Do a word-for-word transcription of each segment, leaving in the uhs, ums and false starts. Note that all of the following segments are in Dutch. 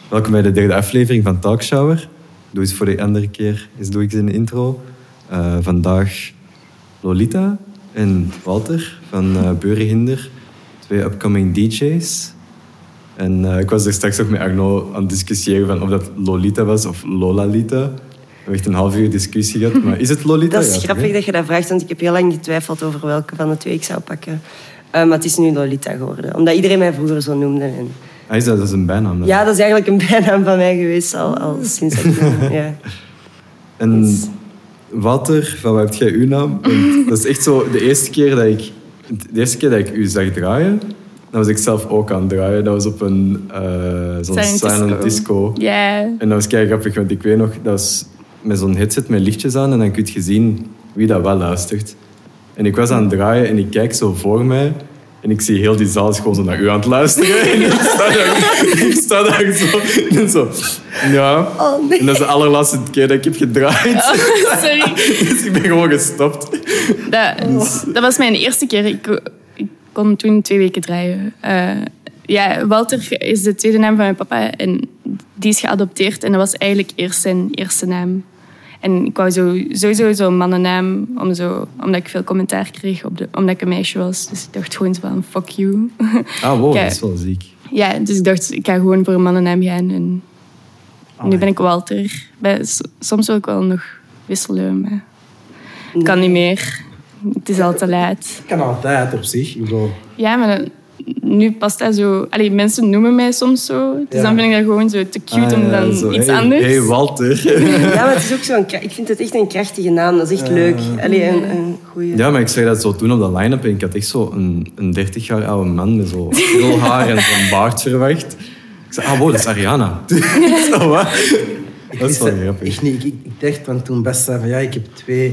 welkom bij de derde aflevering van Talkshower. Doe eens voor de andere keer, eens doe ik eens een intro. Uh, vandaag Lolita en Walter van uh, Beurenhinder, twee upcoming D J's. En uh, ik was er straks ook met Arno aan het discussiëren van of dat Lolita was of Lolalita. We hebben echt een half uur discussie gehad, maar is het Lolita? Dat is ja, grappig toch, dat je dat vraagt, want ik heb heel lang getwijfeld over welke van de twee ik zou pakken. Uh, maar het is nu Lolita geworden, omdat iedereen mij vroeger zo noemde. En... Ah, is dat? Dat is een bijnaam? Dan? Ja, dat is eigenlijk een bijnaam van mij geweest, al, al sinds dat ik... Ja. En Dus... Walter, van waar heb jij uw naam? Want dat is echt zo de eerste keer dat ik, de eerste keer dat ik u zag draaien, dan was ik zelf ook aan het draaien. Dat was op een uh, zo'n silent, silent disco. Ja. Yeah. En dat was kei grappig, want ik weet nog, dat was met zo'n headset met lichtjes aan en dan kun je zien wie dat wel luistert. En ik was aan het draaien en ik kijk zo voor mij en ik zie heel die zaal is gewoon zo naar u aan het luisteren. En ik sta daar, ik sta daar zo en zo... Ja. Oh, nee. En dat is de allerlaatste keer dat ik heb gedraaid. Oh, sorry. Dus ik ben gewoon gestopt. Dat, dat was mijn eerste keer. Ik, ik kon toen twee weken draaien. Uh, ja, Walter is de tweede naam van mijn papa en die is geadopteerd. En dat was eigenlijk eerst zijn eerste naam. En ik wou zo, sowieso zo'n mannennaam, om zo, omdat ik veel commentaar kreeg, op de, omdat ik een meisje was. Dus ik dacht gewoon zo van, fuck you. Ah, wow, ja, dat is wel ziek. Ja, dus ik dacht, ik ga gewoon voor een mannennaam gaan. En oh, nu ben ik Walter. Bij, soms wil ik wel nog wisselen, maar ik kan niet meer. Het is al te laat. Ik kan altijd op zich. Ik bedoel... Ja, maar dan, nu past dat zo... Allee, mensen noemen mij soms zo. Dus ja. dan vind ik dat gewoon zo te cute ah, om dan ja, zo, iets hey, anders. Hey Walter. Ja, maar het is ook zo een, ik vind het echt een krachtige naam. Dat is echt leuk. Allee, een, een goeie. Ja, maar ik zei dat zo toen op de line-up en ik had echt zo een, een dertig jaar oude man met zo veel haar en zo'n baard verwacht. Ik zei, ah wow, dat is Ariana. Zo, wat? Dat is wel grappig. Echt niet. Ik, ik, ik dacht van toen best van ja, ik heb twee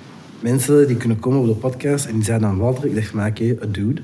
mensen die kunnen komen op de podcast en die zeiden dan Walter. Ik dacht van oké, okay, a dude.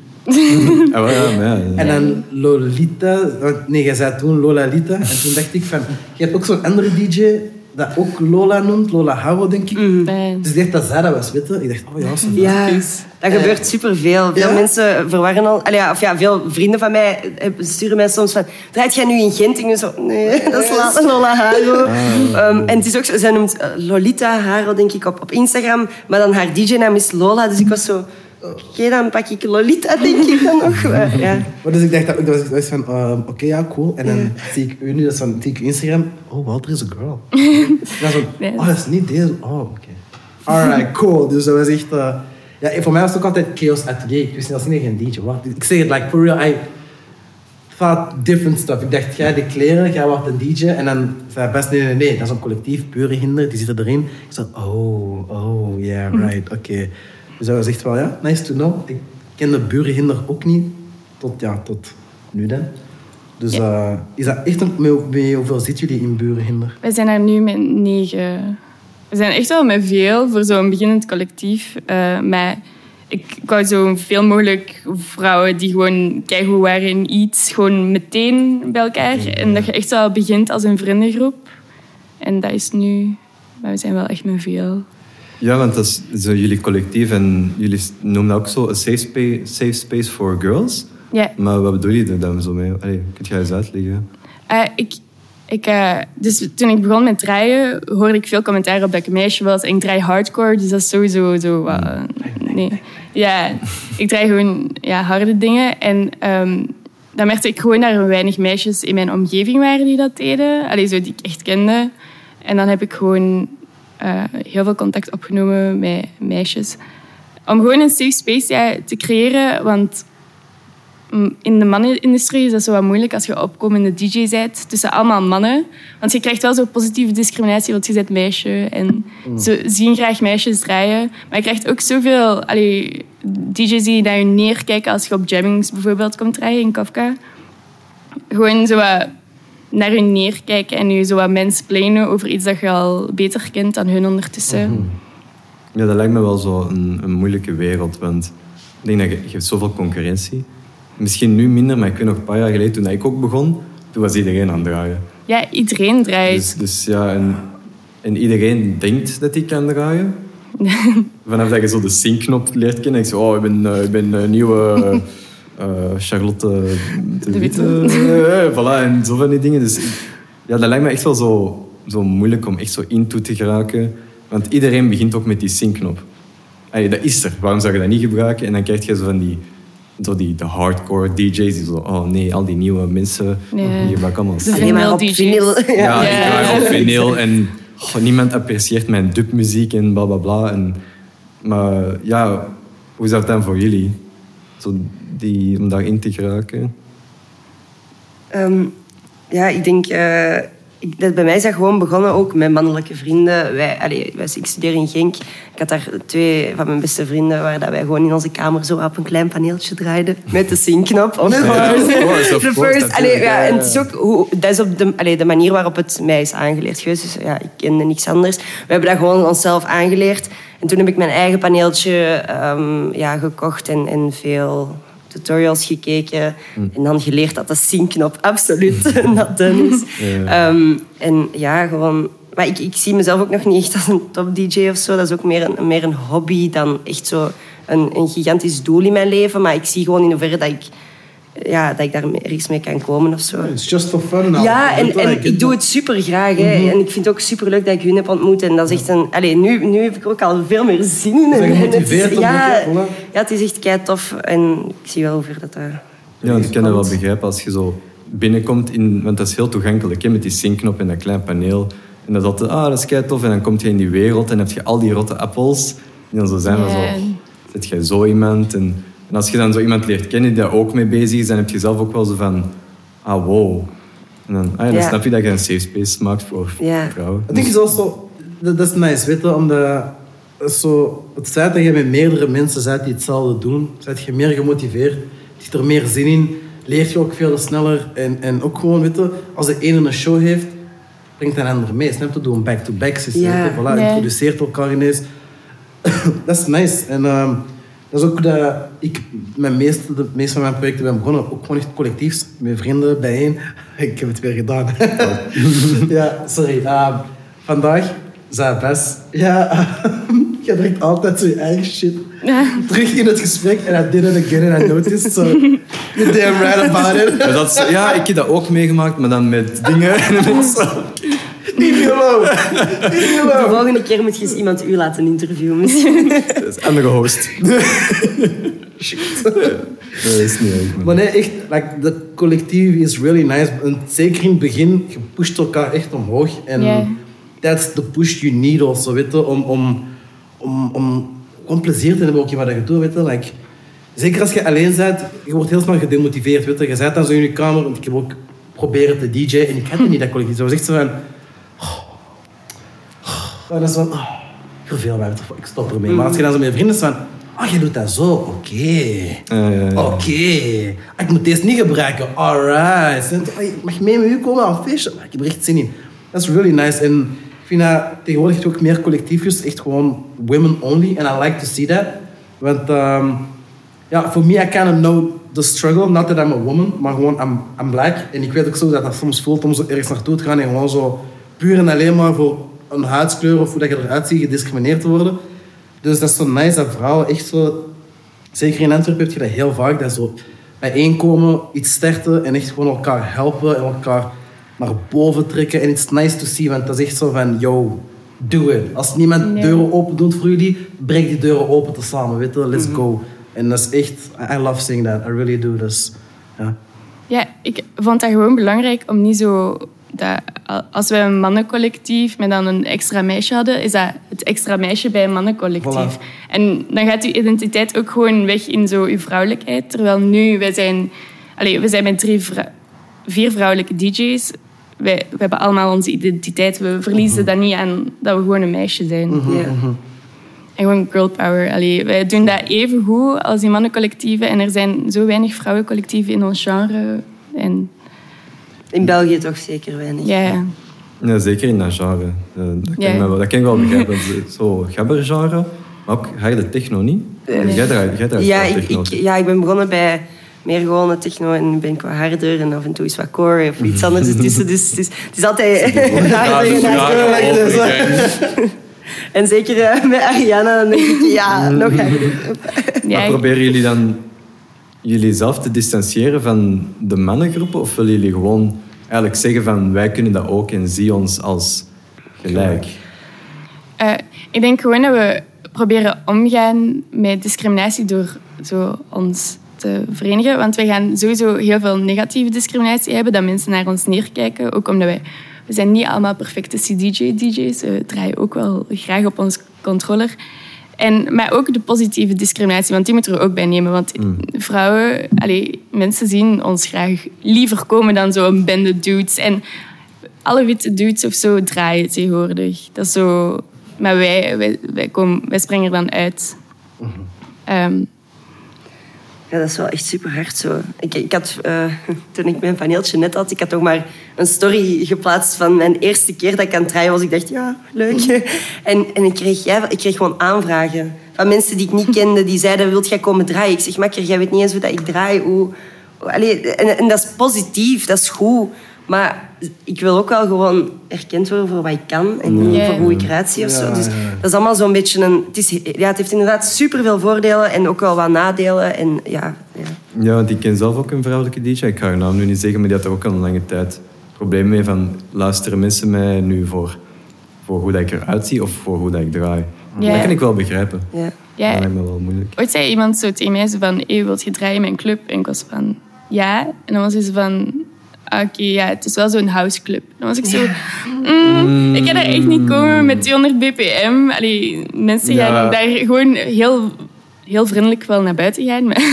Ah, ja, ja, ja. En dan Lolita, nee, jij zei toen Lolalita. En toen dacht ik van, je hebt ook zo'n andere D J dat ook Lola noemt, Lola Haro, denk ik. Mm. Dus ik dacht dat zij dat was, weet je. Ik dacht, oh ja, zo. Ja, dat gebeurt superveel. Veel Ja? mensen verwarren al... Allee, ja, of ja, veel vrienden van mij sturen mij soms van... Draait jij nu in Gent? En ik zo... Nee, dat is Lola Haro. Ah, um, en het is ook zo... Zij noemt Lolita Haro, denk ik, op, op Instagram. Maar dan haar D J-naam is Lola. Dus ik was zo... Oké, okay, dan pak ik Lolita, denk ik dan nog. Uh, ja. Maar dus ik dacht, dat, dat was van, uh, oké, okay, ja, cool. En dan ja. zie ik u nu, dat is van, zie ik Instagram. Oh, Walter is a girl. En dan zo, oh, dat is niet deze. Oh, oké. Okay. Alright, cool. Dus dat was echt... Uh, ja, voor mij was het ook altijd Chaos Atelier. Ik wist niet, dat is niet geen D J. Wat? Ik zeg het, like, for real, I thought different stuff. Ik dacht, jij de kleren, jij wordt een D J. En dan zei best, nee, nee, nee, dat is een collectief, Beurenhinder, die zitten erin. Ik zei, oh, oh, yeah, right, oké. Okay. Dus dat was echt wel, ja, nice to know. Ik kende Beurenhinder ook niet, tot, ja, tot nu dan. Dus uh, is dat echt een... Met, met hoeveel zitten jullie in Beurenhinder? Wij zijn er nu met negen. We zijn echt wel met veel voor zo'n beginnend collectief. Uh, maar ik, ik wou zo veel mogelijk vrouwen die gewoon keigoed waren in iets, gewoon meteen bij elkaar. Ja. En dat je echt wel begint als een vriendengroep. En dat is nu... Maar we zijn wel echt met veel. Ja, want dat is zo jullie collectief en jullie noemen dat ook zo een safe space, safe space for girls. Ja. Maar wat bedoel je er dan zo mee? Allee, kun je eens uitleggen? Uh, ik, ik, uh, dus toen ik begon met draaien, hoorde ik veel commentaar op dat ik een meisje was. En ik draai hardcore, dus dat is sowieso zo... Uh, nee. Ja, ik draai gewoon ja, harde dingen. En um, dan merkte ik gewoon dat er weinig meisjes in mijn omgeving waren die dat deden. Allee, zo die ik echt kende. En dan heb ik gewoon... Uh, heel veel contact opgenomen met meisjes. Om gewoon een safe space ja, te creëren. Want in de mannenindustrie is dat zo wat moeilijk als je opkomende D J bent tussen allemaal mannen. Want je krijgt wel zo positieve discriminatie, want je bent meisje. En ze zien graag meisjes draaien. Maar je krijgt ook zoveel allee, D J's die naar je neerkijken als je op jammings bijvoorbeeld komt draaien in Kafka. Gewoon zo wat... naar hun neerkijken en je zo wat mansplainen over iets dat je al beter kent dan hun ondertussen. Mm-hmm. Ja, dat lijkt me wel zo een, een moeilijke wereld, want ik denk dat je, je hebt zoveel concurrentie. Misschien nu minder, maar ik weet nog een paar jaar geleden, toen ik ook begon, toen was iedereen aan het draaien. Ja, iedereen draait. Dus, dus ja, en, en iedereen denkt dat hij kan draaien. Vanaf dat je zo de sync-knop leert kennen, denk je zo, oh, ik ben, uh, ik ben een nieuwe... Uh, Charlotte de, de Witte. Uh, voilà, en zo van die dingen. Dus ik, ja, dat lijkt me echt wel zo, zo moeilijk om echt zo in toe te geraken. Want iedereen begint ook met die sync-knop. Allee, dat is er. Waarom zou je dat niet gebruiken? En dan krijg je zo van die, zo die de hardcore D J's die zo, oh nee, al die nieuwe mensen, Nee. die gebruiken allemaal De sync. Alleen maar op vinyl D J's. vinyl. Ja, Ja. ik draai op vinyl en oh, niemand apprecieert mijn dubmuziek en bla bla bla. En, maar ja, hoe is dat dan voor jullie? Zo die, om daarin te geraken? Um, ja, ik denk... Uh, ik, dat bij mij is dat gewoon begonnen ook met mannelijke vrienden. Wij, allee, wij, ik studeer in Genk. Ik had daar twee van mijn beste vrienden waar dat wij gewoon in onze kamer zo op een klein paneeltje draaiden. Met de sync-knop. Of Ja, course. of course, of The course, first, allee, natuurlijk. ja, Ja, en ja. het is ook hoe, dat is op de, allee, de manier waarop het mij is aangeleerd geweest. Dus ja, ik kende niks anders. We hebben dat gewoon onszelf aangeleerd. En toen heb ik mijn eigen paneeltje um, ja, gekocht en, en veel tutorials gekeken. En dan geleerd dat de sync-knop absoluut not done is. Ja. Um, en ja, gewoon... Maar ik, ik zie mezelf ook nog niet echt als een top-D J of zo. Dat is ook meer een, meer een hobby dan echt zo een, een gigantisch doel in mijn leven. Maar ik zie gewoon in hoeverre dat ik, ja, dat ik daar ergens mee kan komen of zo. It's just for fun now. Ja, en, Weet je, en like, ik doe het super graag. Hè. En ik vind het ook super leuk dat ik hun heb ontmoet. En dat is echt een... Allee, nu, nu heb ik er ook al veel meer zin in. Zijn En- en het gemotiveerd is- om ja, het te doen, hè? ja, het is echt kei tof. En ik zie wel hoe ver dat... Uh, Ja, want ik kan dat wel begrijpen als je zo binnenkomt in... Want dat is heel toegankelijk, hè, met die sync-knop en dat klein paneel. En dat is altijd, ah, dat is kei tof. En dan kom je in die wereld en heb je al die rotte appels. Die dan zo zijn, Ja. van zo... Zet je zo iemand? En, en als je dan zo iemand leert kennen die daar ook mee bezig is, dan heb je zelf ook wel zo van... Ah, wow. En dan, ah, ja, dan Ja. snap je dat je een safe space maakt voor Ja. vrouwen. Ik denk is also, dat, dat is nice, weet je, omdat zo, het feit dat je met meerdere mensen bent die hetzelfde doen, zet je meer gemotiveerd, zit er meer zin in, leert je ook veel sneller en, en ook gewoon, weet je, als de ene een show heeft, brengt een ander mee. Snap je? Doe een back-to-back sessie, Ja. weet je, voilà, Ja. introduceert elkaar ineens. Dat is nice. En ehm, dat is ook dat ik met meeste, de meeste van mijn projecten ben begonnen, ook gewoon echt collectief, met vrienden bijeen. Ik heb het weer gedaan. Ja, sorry. Ehm, vandaag, Zabes. Ja, je brengt altijd zo je eigen shit terug in het gesprek. En I did it again and I noticed. So, you're damn right about it. Maar dat is- ja, ik heb dat ook meegemaakt, maar dan met dingen. En met zo. Leave me alone. Leave me de alone. volgende keer moet je eens iemand u laten interviewen misschien. Dat is andere host. Dat is niet erg, man. Maar nee, echt, like, de collectief is really nice. En zeker in het begin, je pusht elkaar echt omhoog. En Ja. that's the push you need also, weet je, om, om, om, om gewoon plezier te hebben ook in wat je doet, weet je. Like, zeker als je alleen bent, je wordt heel snel gedemotiveerd, weet je. Je zit dan zo in je kamer, want ik heb ook proberen te D J en ik had niet dat collectief. Dat was echt zo van... En dat is van... Oh, verveel mij, ik stop ermee. Maar als je dan zo met je vrienden is van... Oh, je doet dat zo, oké. Ja, ja, ja. Oké, ik moet deze niet gebruiken. Alright. Mag je mee met u komen aan een feestje? Ik heb er echt zin in. Dat is really nice. En ik vind dat tegenwoordig ook meer collectiefjes, echt gewoon women only. And I like to see that. Want um, ja, for me, I kind of know the struggle. Not that I'm a woman, maar gewoon I'm, I'm black. En ik weet ook zo dat dat soms voelt om zo ergens naartoe te gaan en gewoon zo puur en alleen maar voor een huidskleur of hoe dat je eruit ziet gediscrimineerd te worden. Dus dat is zo nice dat vrouwen echt zo... Zeker in Antwerpen heb je dat heel vaak, dat zo bijeenkomen, iets starten en echt gewoon elkaar helpen en elkaar naar boven trekken. En it's nice to see, want dat is echt zo van, yo, do it. Als niemand Ja. deuren open doet voor jullie, breek die deuren open te samen, weet je, let's go. En dat is echt, I love seeing that, I really do. Dus, ja. Ja, ik vond dat gewoon belangrijk om niet zo... Dat, als we een mannencollectief met dan een extra meisje hadden, is dat het extra meisje bij een mannencollectief. Voilà. En dan gaat je identiteit ook gewoon weg in zo je vrouwelijkheid. Terwijl nu, wij zijn, allez, we zijn met drie vrou- vier vrouwelijke D J's. Wij, we hebben allemaal onze identiteit. We verliezen dat niet aan dat we gewoon een meisje zijn. Ja. En gewoon girl power. Allee, wij doen dat even goed als die mannencollectieven. En er zijn zo weinig vrouwencollectieven in ons genre. En In België toch zeker weinig. ja, Ja, zeker in dat genre. Eh, Dat kan, Ja. ik, me wel, dat kan ik wel begrijpen. Zo gabber-genre, maar ook harde techno niet. Nee. Jij draait, jij draait Ja, wel ik, techno. ik, ja, ik ben begonnen bij meer gewone techno en nu ben ik wat harder en af en toe is wat core of iets anders ertussen. Dus het is, het is altijd harder en harder. En zeker eh, met Ariana, dan denk ik, ja, nog harder. ja Maar proberen jullie dan jullie zelf te distancieren van de mannengroepen? Of willen jullie gewoon eigenlijk zeggen van wij kunnen dat ook en zie ons als gelijk? Uh, ik denk gewoon dat we proberen omgaan met discriminatie door zo ons te verenigen. Want wij gaan sowieso heel veel negatieve discriminatie hebben, dat mensen naar ons neerkijken. Ook omdat wij... We zijn niet allemaal perfecte C D J-D J's. We draaien ook wel graag op ons controller. En, maar ook de positieve discriminatie, want die moeten we er ook bij nemen. Want mm. vrouwen, allez, mensen zien ons graag liever komen dan zo'n bende dudes. En alle witte dudes of zo draaien tegenwoordig. Dat is zo... Maar wij, wij, wij, komen, wij springen er dan uit. Mm-hmm. Um, Ja, dat is wel echt super hard zo. Ik, ik had, uh, toen ik mijn paneeltje net had, ik had ook maar een story geplaatst van mijn eerste keer dat ik aan het draaien was. Ik dacht, ja, leuk. En, en ik, kreeg, ja, ik kreeg gewoon aanvragen van mensen die ik niet kende. Die zeiden, wilt jij komen draaien? Ik zeg, makker, jij weet niet eens hoe dat ik draai. Hoe... Allee, en, en dat is positief, dat is goed. Maar ik wil ook wel gewoon erkend worden voor wat ik kan en niet ja. voor hoe ik eruit zie of zo. Ja, Dus ja. dat is allemaal zo'n beetje een... Het, is, ja, het heeft inderdaad superveel voordelen en ook wel wat nadelen. En, ja, ja. Ja, want ik ken zelf ook een vrouwelijke D J. Ik ga haar naam nu niet zeggen, maar die had er ook al een lange tijd probleem mee van luisteren mensen mij nu voor, voor hoe dat ik eruit zie of voor hoe dat ik draai. Ja. Dat kan ik wel begrijpen. Ja. Ja. Dat lijkt me wel moeilijk. Ooit zei iemand zo tegen mij zo van, hey, wilt je draaien in mijn club? En ik was van, ja. En dan was hij zo van, oké, okay, ja, het is wel zo'n houseclub. Dan was ik zo, mm, ik ga daar echt niet komen met tweehonderd B P M. Allee, mensen Ja. gaan daar gewoon heel, heel vriendelijk wel naar buiten gaan. Maar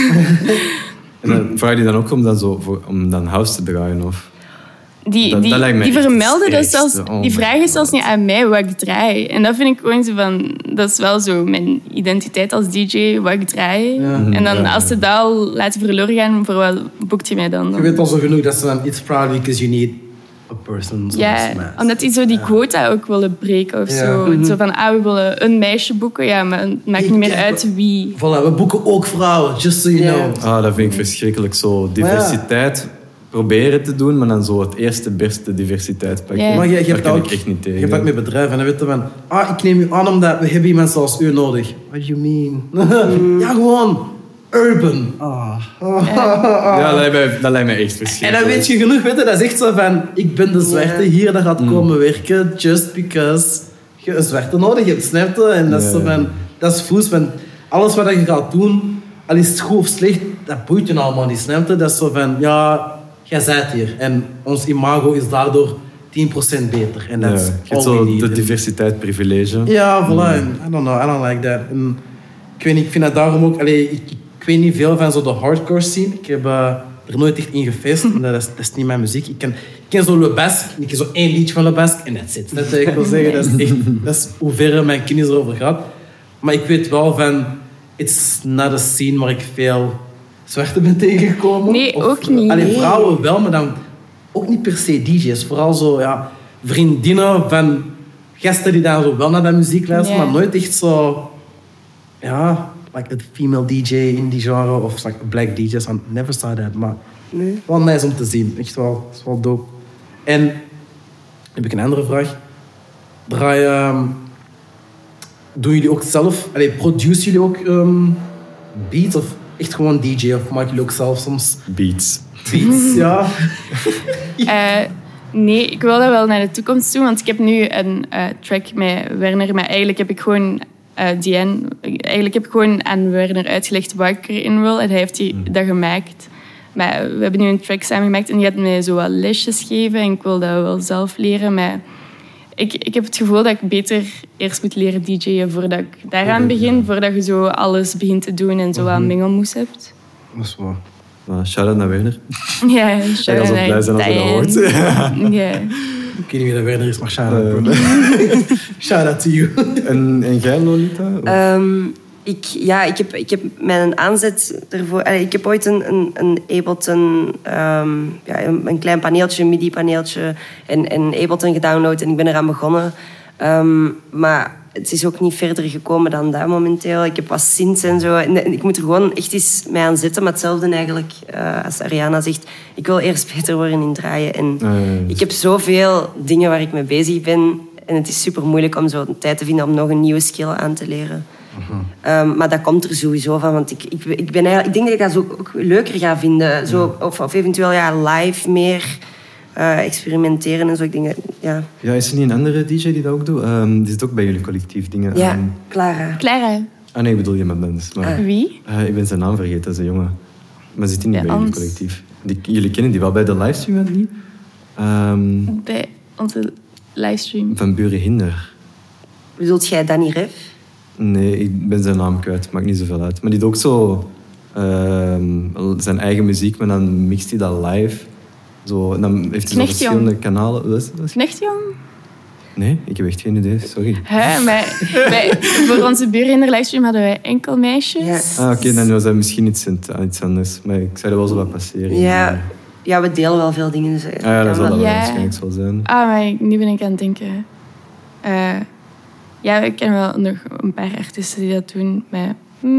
En dan vraag je dan ook om dan, zo, voor, om dan house te draaien? Of? Die, Dat- die, dat lijkt mij die echt vermelden het dat ergste. zelfs, Oh die my vragen God. zelfs niet aan mij wat ik draai. En dat vind ik gewoon zo van, dat is wel zo mijn identiteit als D J, wat ik draai. Ja. En dan Ja. als ze dat al laten verloren gaan, voor wat boekt je mij dan? Je weet al zo genoeg dat ze dan iets proud because you need a person. Ja, omdat die zo die quota ook willen breken of Ja. zo. Mhm. Zo van, ah, we willen een meisje boeken, ja, maar het maakt Ik niet meer kijk- uit wie. Voilà, we boeken ook vrouwen, just so you Ja. know. Ah, dat vind ik verschrikkelijk. Zo diversiteit proberen te doen, maar dan zo het eerste beste diversiteit pakken. Ja. Maar je, je Daar hebt kan ook, ik echt niet tegen. je hebt ook met bedrijven en dan weten van, ah, ik neem u aan omdat we hebben iemand zoals u nodig. What do you mean? Ja, gewoon urban. Ah. Ja, dat lijkt, mij, dat lijkt mij echt En verschrikkelijk. dan weet je genoeg, weet je, dat is echt zo van, ik ben de zwarte Ja. hier, dat gaat komen werken, just because je een zwarte nodig hebt, snap je? En dat is Ja. zo van, dat is voes, van alles wat je gaat doen, al is het goed of slecht, dat boeit je allemaal niet, snap je? Dat is zo van, ja, jij bent hier en ons imago is daardoor tien procent beter. En dat Ja, is je all hebt we zo need. de diversiteit privilege. Ja, voilà. En I don't know, I don't like that. En ik weet niet, ik vind dat daarom ook... Allee, ik, ik weet niet veel van zo de hardcore scene. Ik heb uh, er nooit echt in gefeest. En dat is, dat is niet mijn muziek. Ik ken, ik ken zo Le Basque. Ik ken zo één liedje van Le Basque. En that's it. Dat is, ik wil zeggen, dat is echt... Dat is hoe ver mijn kennis erover gaat. Maar ik weet wel van... It's not a scene waar ik veel zwarte ben tegengekomen. Nee, ook niet. Allee, Nee. vrouwen wel, maar dan ook niet per se D J's. Vooral zo, ja, vriendinnen van gasten die daar zo wel naar de muziek luisteren, Ja. maar nooit echt zo... Ja, like a female D J in die genre of like a black D J's. I never saw that, maar Nee. wel nice om te zien. Echt wel, is wel dope. En heb ik een andere vraag. Draai, ehm, doen jullie ook zelf, allee, produceren jullie ook ehm, beats of echt gewoon D J? Of maken jullie ook zelf soms Beats. beats? Ja. Eh, nee, ik wil dat wel naar de toekomst toe, want ik heb nu een eh, track met Werner, maar eigenlijk heb ik gewoon eh Diane, eigenlijk heb ik gewoon aan Werner uitgelegd wat ik erin wil en hij heeft die, dat gemaakt. Maar we hebben nu een track samen gemaakt en die gaat mij zo wat lesjes geven en ik wil dat wel zelf leren, maar ik, ik heb het gevoel dat ik beter eerst moet leren D J'en voordat ik daaraan begin, voordat je zo alles begint te doen en zo wat mengelmoes hebt. Dat is waar. Uh, shout-out naar Werner. Ja, Ik shout zal zo out blij zijn als je dat hoort. Diane. Ja. Ik weet niet wie dat Werner is, maar shout-out. Eh. Shout-out to you. En, en jij, Lolita? Of- Ehm, ik, ja, ik heb, ik heb mijn aanzet ervoor... Allee, ik heb ooit een, een, een Ableton... ehm, ja, een, een klein paneeltje, een MIDI-paneeltje... En, en Ableton gedownload en ik ben eraan begonnen. Ehm, maar het is ook niet verder gekomen dan dat momenteel. Ik heb wat synths en zo. En, en ik moet er gewoon echt eens mee aan zitten. Maar hetzelfde eigenlijk uh, als Ariana zegt. Ik wil eerst beter worden in draaien. En Ah, ja, ja. ik heb zoveel dingen waar ik mee bezig ben. En het is super moeilijk om zo tijd te vinden om nog een nieuwe skill aan te leren. Um, maar dat komt er sowieso van. Want ik, ik, ik, ben eigenlijk, ik denk dat ik dat zo ook leuker ga vinden. Zo, of, of eventueel ja, live meer. uh, experimenteren en zo. Ik denk dat, ja. Ja, is er niet een andere D J die dat ook doet? Um, die zit ook bij jullie collectief dingen. Ja, um, Clara. Clara. Ah nee, ik bedoel iemand anders. Maar, Ah. Wie? Uh, ik ben zijn naam vergeten, dat is een jongen. Maar zit hij niet Bij bij jullie ons. collectief? Die, jullie kennen die wel bij de livestream, had niet? Um, Bij onze livestream. van Buren Hinder. Bedoelt jij Danny Ref? Nee, ik ben zijn naam kwijt. Maakt niet zoveel uit. Maar die doet ook zo um, zijn eigen muziek, maar dan mixt hij dat live. Zo, en dan heeft hij zo Knechtjong. verschillende kanalen. Wat is, wat is? Knechtjong? Nee, ik heb echt geen idee, sorry. Hè, maar wij, voor onze buren in de livestream hadden wij enkel meisjes. Ja. Ah, oké, okay, dan was dat misschien iets, iets anders. Maar ik zou dat wel zo wat passeren. Ja, ja, we delen wel veel dingen. Dus, Ah, ja, dat zal dat wel Ja. waarschijnlijk zo zijn. Ah, maar nu ben ik aan het denken. Uh, ja, ik ken wel nog een paar artiesten die dat doen. Maar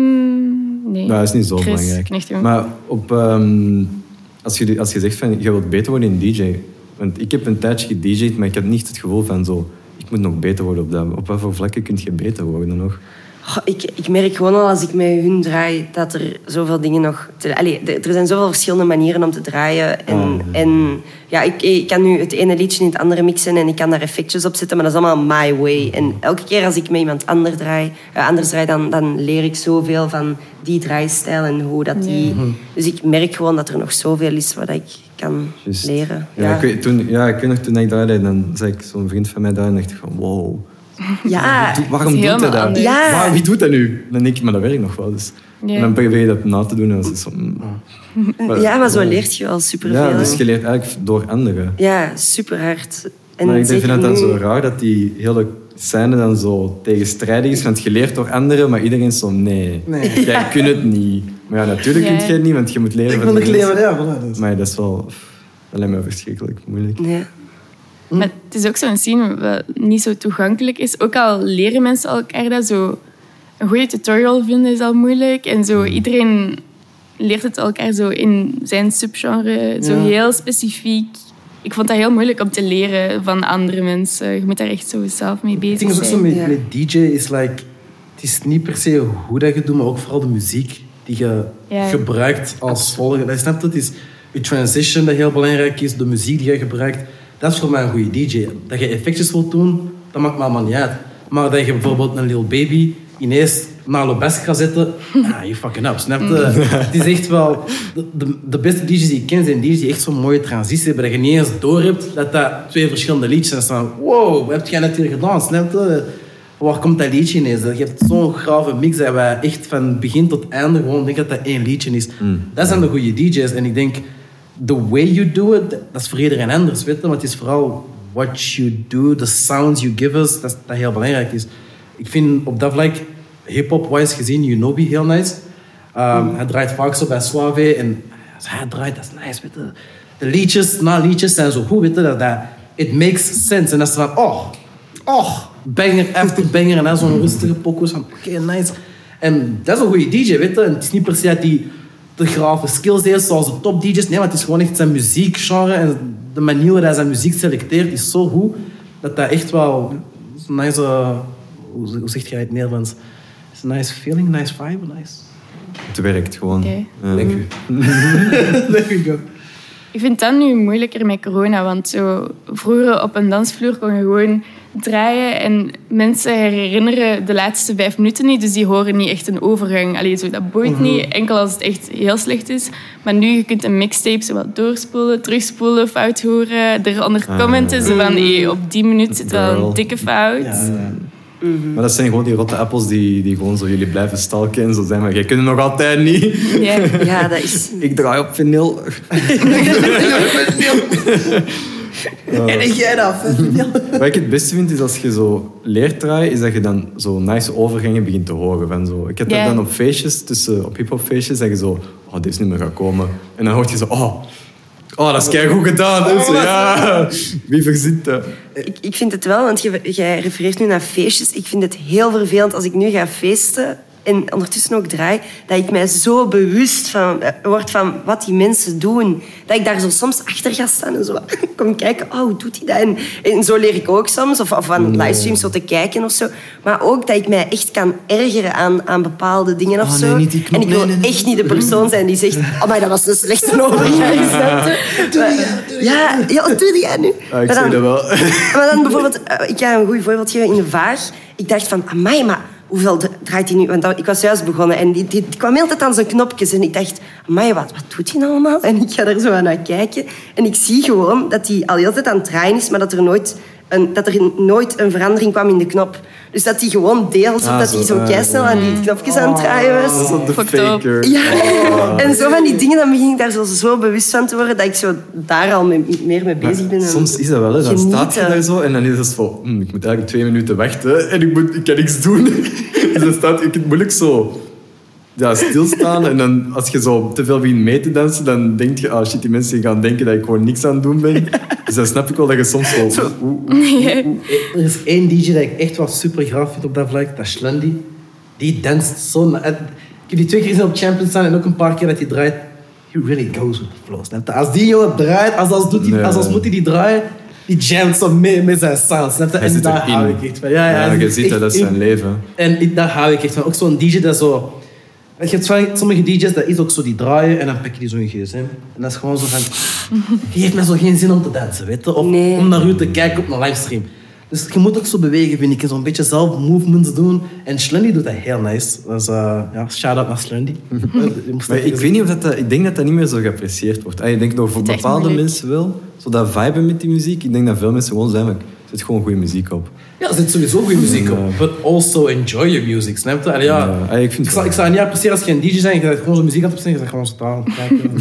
mm, nee. Nou, dat is niet zo Chris, belangrijk. Knechtjong. Maar op, um, als, je, als je zegt van je wilt beter worden in D J. Want ik heb een tijdje gedj'd, maar ik had niet het gevoel van zo... Ik moet nog beter worden op dat. Op wat voor vlakken kun je beter worden nog? Oh, ik, ik merk gewoon al als ik met hun draai dat er zoveel dingen nog... Te, allee, de- er zijn zoveel verschillende manieren om te draaien. En, Oh, ja. en ja, ik, ik kan nu het ene liedje in het andere mixen en ik kan daar effectjes op zetten, maar dat is allemaal my way. En elke keer als ik met iemand ander draai, uh, anders draai, dan, dan leer ik zoveel van die draaistijl en hoe dat die... Ja. Dus ik merk gewoon dat er nog zoveel is wat ik kan Juist. leren. Ja, Ja, Ik, weet, toen, ja, ik weet nog, toen ik draaide, dan zei ik zo'n vriend van mij daar en dacht ik van wow. ja. Doe- waarom Het is doet hij helemaal dat? anders. Ja. Waar, wie doet dat nu? Dan denk ik, maar dat werkt nog wel. Dus. Ja. En dan probeer je dat na te doen en dan is het zo... mm. Maar- ja, maar zo leert je wel superveel. Ja, dus hè. je leert eigenlijk door anderen. Ja, super hard. En Maar ik vind zeker het dan nu- zo raar dat die hele scène dan zo tegenstrijdig is. Want je leert door anderen, maar iedereen is zo nee. Nee. Jij kunt het niet. Maar ja, natuurlijk Ja. kun je het niet, want je moet leren Ik van wil de het leren, mensen. ja. Voilà, dus. Maar dat is wel... Dat lijkt me verschrikkelijk moeilijk. Ja. Maar het is ook zo'n scene wat niet zo toegankelijk is. Ook al leren mensen elkaar dat zo... Een goede tutorial vinden is al moeilijk. En zo iedereen leert het elkaar zo in zijn subgenre. Zo Ja. heel specifiek. Ik vond dat heel moeilijk om te leren van andere mensen. Je moet daar echt zo zelf mee Het bezig ding is ook zo zijn. met, Ja. met D J, is like, het is niet per se hoe dat je doet, maar ook vooral de muziek die je Ja. gebruikt als volger. Dat snap je? Het is je transition dat heel belangrijk is, de muziek die je gebruikt. Dat is voor mij een goede D J. Dat je effectjes wilt doen, dat maakt me allemaal niet uit. Maar dat je bijvoorbeeld een Lil Baby ineens naar Lobesk gaat zetten, ah, you fucking up, snap je? Het is echt wel... De, de, de beste D J's die ik ken zijn D J's die echt zo'n mooie transitie hebben, dat je niet eens door hebt dat dat twee verschillende liedjes zijn. Staan. Wow, wat heb jij net hier gedaan, snap je? Waar komt dat liedje ineens? Je hebt zo'n grave mix dat wij echt van begin tot einde gewoon denken dat dat één liedje is. Dat zijn de goede D J's. En ik denk, the way you do it, dat is voor iedereen anders, weet je? Maar het is vooral what you do, the sounds you give us, dat, dat heel belangrijk is. Ik vind op dat vlak, hip-hop-wise gezien, Unobi heel nice. Um, Hij draait vaak zo bij Suave en als hij draait, dat is nice, weet je? De liedjes na liedjes zijn zo goed, weet je? Dat, dat, it makes sense. En dat is van, oh, oh, banger after banger. En dan zo'n rustige poko's van, oké, okay, nice. En dat is een goede D J, weet je? En het is niet per se dat die de grave skills heeft zoals de top D J's. Nee, maar het is gewoon echt zijn muziekgenre. En de manier waarop hij zijn muziek selecteert is zo goed dat dat echt wel een nice... Uh, hoe, hoe zeg jij het in het Nederlands? It's a nice feeling, nice vibe, nice... Het werkt gewoon. Oké. Ja. Thank you. There you go. Ik vind dat nu moeilijker met corona, want zo vroeger op een dansvloer kon je gewoon draaien en mensen herinneren de laatste vijf minuten niet, dus die horen niet echt een overgang. Allee, zo, dat boeit Mhm. niet, enkel als het echt heel slecht is. Maar nu, je kunt een mixtape zo wat doorspoelen, terugspoelen, fout horen, eronder Ah. commenten, zo van hey, op die minuut zit wel Girl. een dikke fout. Ja, ja. Maar dat zijn gewoon die rotte appels die, die gewoon zo jullie blijven stalken en zo zijn. Maar jij kunt het nog altijd niet. Ja. Ja, dat is... Ik draai op vinyl. En jij dat? Wat ik het beste vind, is als je zo leert draaien, is dat je dan zo nice overgangen begint te horen. Van zo. Ik heb dat Ja. dan op feestjes, tussen, op hip-hop feestjes, dat je zo, oh, dit is niet meer gaat komen. En dan hoor je zo, oh, oh dat is keigoed gedaan. En zo, ja, wie verzint dat? Ik, ik vind het wel, want je, jij refereert nu naar feestjes. Ik vind het heel vervelend als ik nu ga feesten en ondertussen ook draai, dat ik mij zo bewust van, word van wat die mensen doen. Dat ik daar zo soms achter ga staan en zo kom kijken, oh, hoe doet hij dat? En, en zo leer ik ook soms, of, of aan livestreams zo te kijken of zo. Maar ook dat ik mij echt kan ergeren aan, aan bepaalde dingen of Oh, zo. nee, niet die knop. En ik wil Nee, nee, nee. echt niet de persoon zijn die zegt, oh, maar dat was een slechte overgang. snap je? Maar- Ja, ja, wat doe jij nu? Ah, ik Maar zeg dan- dat wel. maar dan bijvoorbeeld, eh, ik ga een goed voorbeeld geven in de vaag. Ik dacht van, amai, maar hoeveel dra- draait hij nu? Want dat- ik was juist begonnen en die, die, die kwam heel tijd aan zijn knopjes. En ik dacht, amai, wat, wat doet hij nou allemaal? En ik ga er zo aan naar kijken. En ik zie gewoon dat hij al heel tijd aan het draaien is, maar dat er nooit een, dat er nooit een verandering kwam in de knop. Dus dat hij gewoon deelt, Ah, dat zo, hij zo ah, keisnel aan die knopjes aan het draaien was. Dat is dan de Fucked up. faker. Ja, en zo van die dingen, dan begin ik daar zo, zo bewust van te worden dat ik zo daar al mee, meer mee bezig ben. en Soms is dat wel, hè. Dan genieten. staat je daar zo en dan is het zo... Hm, ik moet eigenlijk twee minuten wachten en ik, moet, ik kan niks doen. Dus dan staat ik het moeilijk zo... Ja, stilstaan. En dan, als je zo te veel begint mee te dansen, dan denk je... Ah, shit, die mensen gaan denken dat ik gewoon niks aan het doen ben. Dus dan snap ik wel dat je soms zo... oeh, oeh. Er is één D J dat ik echt wel super graag vind op dat vlak. Dat is Schlendy. Die danst zo... na- Ik heb die twee keer gezien op Champions staan en ook een paar keer dat hij draait. He really goes with the flow. Snap je? Als die jongen draait, als, als, doet hij, Nee. als, als moet hij die draaien, die jams zo mee met zijn sound. Snap je? Hij En zit daar hou erin. ik echt van. Ja, ja, Ja, hij je zit ziet echt dat, dat is in. zijn leven. En ik- daar hou ik echt van. Ook zo'n D J dat zo... Je hebt vaak sommige D J's, dat is ook zo, die draaien en dan pak je die zo in gsm. En dat is gewoon zo van... Je heeft mij zo geen zin om te dansen, weet je? Of Nee. om naar u te kijken op een livestream. Dus je moet ook zo bewegen, vind ik. En zo'n beetje zelf movements doen. En Schlendy doet dat heel nice. Dus uh, ja, shout-out naar Schlendy. Je moest Maar dat ik even weet niet of dat, dat... Ik denk dat dat niet meer zo geapprecieerd wordt. Ah, ik denk dat voor Het is echt bepaalde moeilijk. mensen wel. Zo dat viben met die muziek. Ik denk dat veel mensen gewoon zijn van... Er zit gewoon goede muziek op. Ja, er zit sowieso goede muziek Ja. op. But also enjoy your music, snap je? Allee, ja, Ja, ah, ik vind ik, zou, ik zou het niet appreciëren als je een D J bent en je gewoon zo'n muziek aan het opzetten. Je zegt gewoon zo taal. kijken.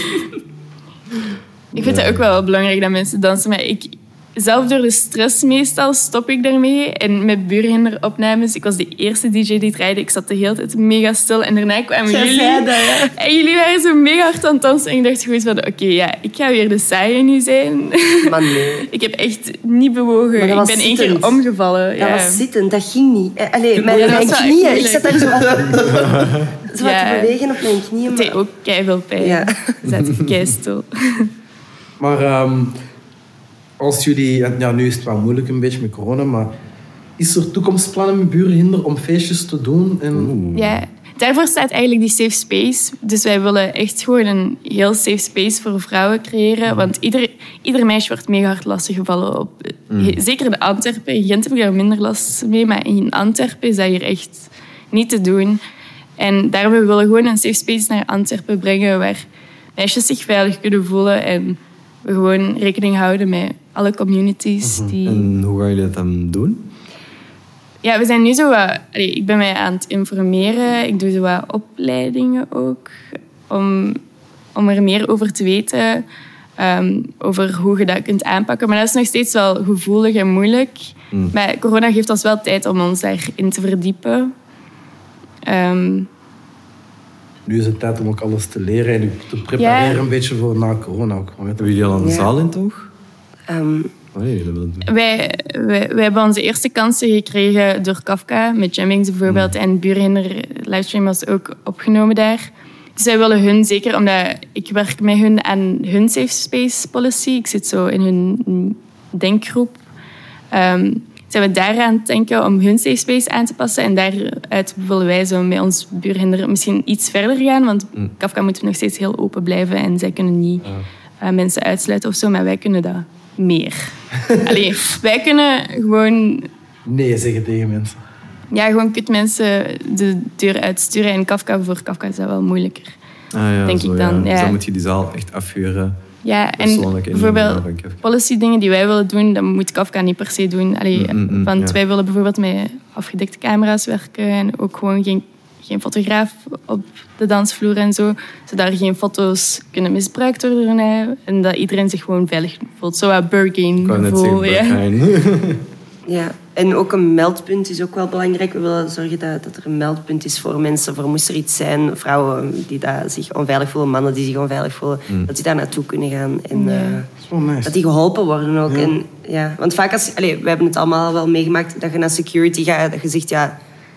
Ik vind het ook wel belangrijk dat mensen dansen, maar ik... Zelf door de stress meestal stop ik daarmee. En met buurhinderopnames, ik was de eerste D J die draaide. Ik zat de hele tijd mega stil. En daarna kwamen Jij jullie. zei dat, ja. En jullie waren zo mega hard aan het dansen. En ik dacht gewoon van, oké, ja, ik ga weer de saaie nu zijn. Maar nee. Ik heb echt niet bewogen. Maar dat Ik was ben één zittend. keer omgevallen. Dat Ja. was zitten, dat ging niet. Eh, Allee, mijn, Ja, dat mijn was wel knieën, echt ik zat daar zo, zo wat Ja. te bewegen op mijn knieën. Het deed Maar... ook keiveel pijn. Ja. Zat ik kei stil. Maar ehm, als jullie... en ja, nu is het wel moeilijk een beetje met corona, maar... Is er toekomstplannen met Burenhinder om feestjes te doen? En... Ja, daarvoor staat eigenlijk die safe space. Dus wij willen echt gewoon een heel safe space voor vrouwen creëren. Want ieder, ieder meisje wordt mega hard lastiggevallen. Op, zeker in Antwerpen. In Gent heb ik daar minder last mee. Maar in Antwerpen is dat hier echt niet te doen. En daarom willen we gewoon een safe space naar Antwerpen brengen. Waar meisjes zich veilig kunnen voelen. En we gewoon rekening houden met alle communities. Die... En hoe gaan jullie dat dan doen? Ja, we zijn nu zo wat... Allee, ik ben mij aan het informeren. Ik doe zo wat opleidingen ook. Om, om er meer over te weten. Um, over hoe je dat kunt aanpakken. Maar dat is nog steeds wel gevoelig en moeilijk. Mm. Maar corona geeft ons wel tijd om ons daarin te verdiepen. Um, Nu is het tijd om ook alles te leren en u te prepareren Ja. een beetje voor na corona ook. Weet je. Hebben jullie al een Ja. zaal in, toch? Ehm, Oh nee, dat wil ik doen. wij, wij, wij hebben onze eerste kansen gekregen door Kafka. Met Jammings bijvoorbeeld. En Buurhinder livestream was ook opgenomen daar. Dus wij willen hun zeker, omdat ik werk met hun aan hun safe space policy. Ik zit zo in hun denkgroep. Um, zijn we daar aan het denken om hun safe space aan te passen. En daaruit willen wij zo met ons Buurhinder misschien iets verder gaan. Want Mm. Kafka moet nog steeds heel open blijven. En zij kunnen niet uh, mensen uitsluiten of zo. Maar wij kunnen dat meer. Allee, wij kunnen gewoon... Nee zeggen tegen mensen. Ja, gewoon kut mensen de deur uitsturen. En Kafka, voor Kafka is dat wel moeilijker. Ah, ja, Denk zo, ik dan, Ja. Dus ja. dan moet je die zaal echt afhuren. Ja, en Persoonlijk en bijvoorbeeld niet van Kafka. policy dingen die wij willen doen, dat moet Kafka niet per se doen. Allee, Mm, mm, mm, want ja. wij willen bijvoorbeeld met afgedekte camera's werken en ook gewoon geen, geen fotograaf op de dansvloer en zo. Zodat er geen foto's kunnen misbruikt worden hè, en dat iedereen zich gewoon veilig voelt. Zo wat Burgain Ik wou net gevoel. zeggen, Ja. Berghain. ja. En ook een meldpunt is ook wel belangrijk. We willen zorgen dat, dat er een meldpunt is voor mensen. Voor moest er iets zijn, vrouwen die dat zich onveilig voelen, mannen die zich onveilig voelen, dat die daar naartoe kunnen gaan. En, Ja. eh, Dat is wel nice. dat die geholpen worden ook. Ja. En, ja, want vaak als... Allez, we hebben het allemaal wel meegemaakt dat je naar security gaat, dat je zegt, ja,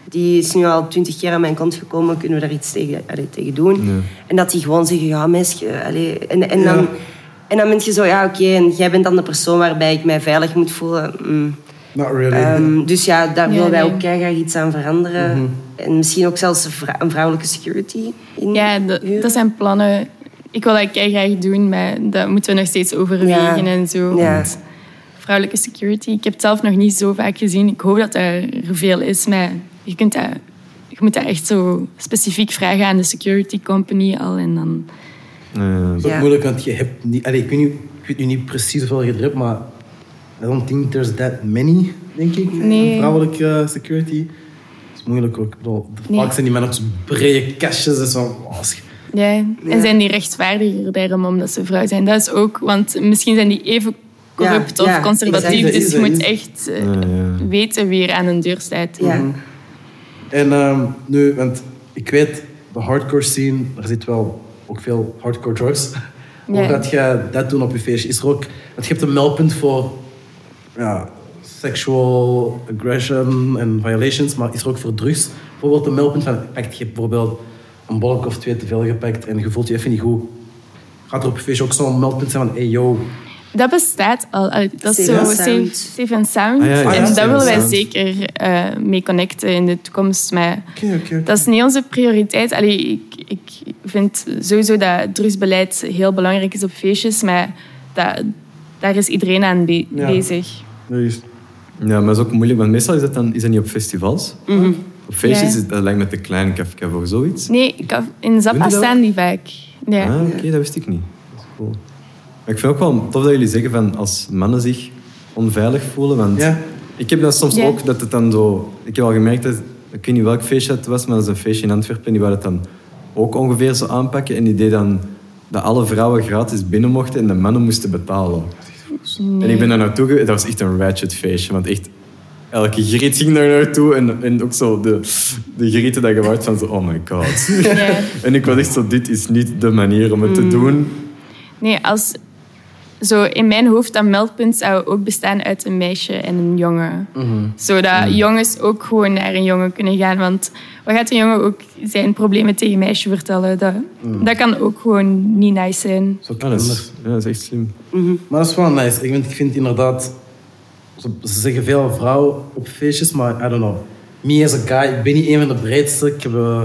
die is nu al twintig keer aan mijn kant gekomen, kunnen we daar iets tegen, allee, tegen doen? Ja. En dat die gewoon zeggen, ja meisje, allee. En, en, Ja. dan, en dan ben je zo, ja oké, en jij bent dan de persoon waarbij ik mij veilig moet voelen. Mm. Not really. Ehm, dus ja, daar Ja, willen wij nee. ook keihard iets aan veranderen. Mhm. En misschien ook zelfs een, vrou- een vrouwelijke security in Ja, dat, huren. dat zijn plannen. Ik wil dat graag doen, maar dat moeten we nog steeds overwegen Ja. en zo. Ja. Want vrouwelijke security, ik heb het zelf nog niet zo vaak gezien. Ik hoop dat er veel is, maar je, kunt dat, je moet dat echt zo specifiek vragen aan de security company al. En dan... Ja. Dat is ook Ja. moeilijk, want je hebt niet... Allee, ik, weet niet ik weet nu niet precies hoeveel je er hebt, maar... I don't think there's that many, denk ik. Nee. Vrouwelijke security. Dat is moeilijk ook. Ik bedoel, Nee. vaak zijn die mannen ook zo brede kastjes. Dus van, oh, als je- Ja. Ja. En zijn die rechtvaardiger daarom omdat ze vrouw zijn? Dat is ook, want misschien zijn die even corrupt Ja, of ja, conservatief. exact. Dus je Is, moet is. echt eh, Ja, ja. weten wie er aan een deur staat. Ja. En ehm, nu, want ik weet, de hardcore scene, er zit wel ook veel hardcore drugs. Hoe Ja. gaat je dat doen op je feestje? Is er ook... Want je hebt een meldpunt voor ja, sexual aggression en violations, maar is er ook voor drugs bijvoorbeeld een meldpunt van... Pakt je bijvoorbeeld een bolk of twee te veel gepakt en je voelt je even niet goed. Gaat er op je feestje ook zo'n meldpunt zijn van... Hey, yo, Dat bestaat al. Allee, Dat is Safe zo and safe, sound. safe and sound. Ah, ja, ja, en safe daar and willen wij sound. zeker eh, mee connecten in de toekomst. Maar oké, oké, oké. dat is niet onze prioriteit. Allee, ik, ik vind sowieso dat drugsbeleid heel belangrijk is op feestjes. Maar dat, daar is iedereen aan be- Ja. bezig. Juist. Ja, maar dat is ook moeilijk, want meestal is dat dan is dat niet op festivals. Op feestjes Ja. is dat lijkt me te klein kafka voor zoiets. Nee, ik had- in Zappa Doen die dat staan die vaak. Ja. Ah, oké, dat wist ik niet. Dat is cool. Maar ik vind ook wel tof dat jullie zeggen van als mannen zich onveilig voelen. Want Ja. ik heb dat soms Ja. ook, dat het dan zo... Ik heb al gemerkt dat... Ik weet niet welk feestje het was, maar dat is een feestje in Antwerpen. Die wou dat dan ook ongeveer zo aanpakken. En die deed dan dat alle vrouwen gratis binnen mochten en de mannen moesten betalen. Nee. En ik ben daar naartoe geweest. Dat was echt een ratchet feestje. Want echt, elke griet ging daar naartoe. En, en ook zo de, de grieten dat je waard van zo, oh my god. Ja. En ik was echt zo, dit is niet de manier om het te doen. Nee, als... Zo in mijn hoofd, dat meldpunt zou ook bestaan uit een meisje en een jongen. Zodat jongens ook gewoon naar een jongen kunnen gaan. Want wat gaat een jongen ook zijn problemen tegen een meisje vertellen? Dat, dat kan ook gewoon niet nice zijn. Zo Ja, dat, is, ja, dat is echt slim. Maar dat is wel nice. Ik vind, ik vind inderdaad... Ze ze zeggen veel vrouwen op feestjes, maar I don't know. Me as a guy, ik ben niet een van de breedste. Ik heb... eh,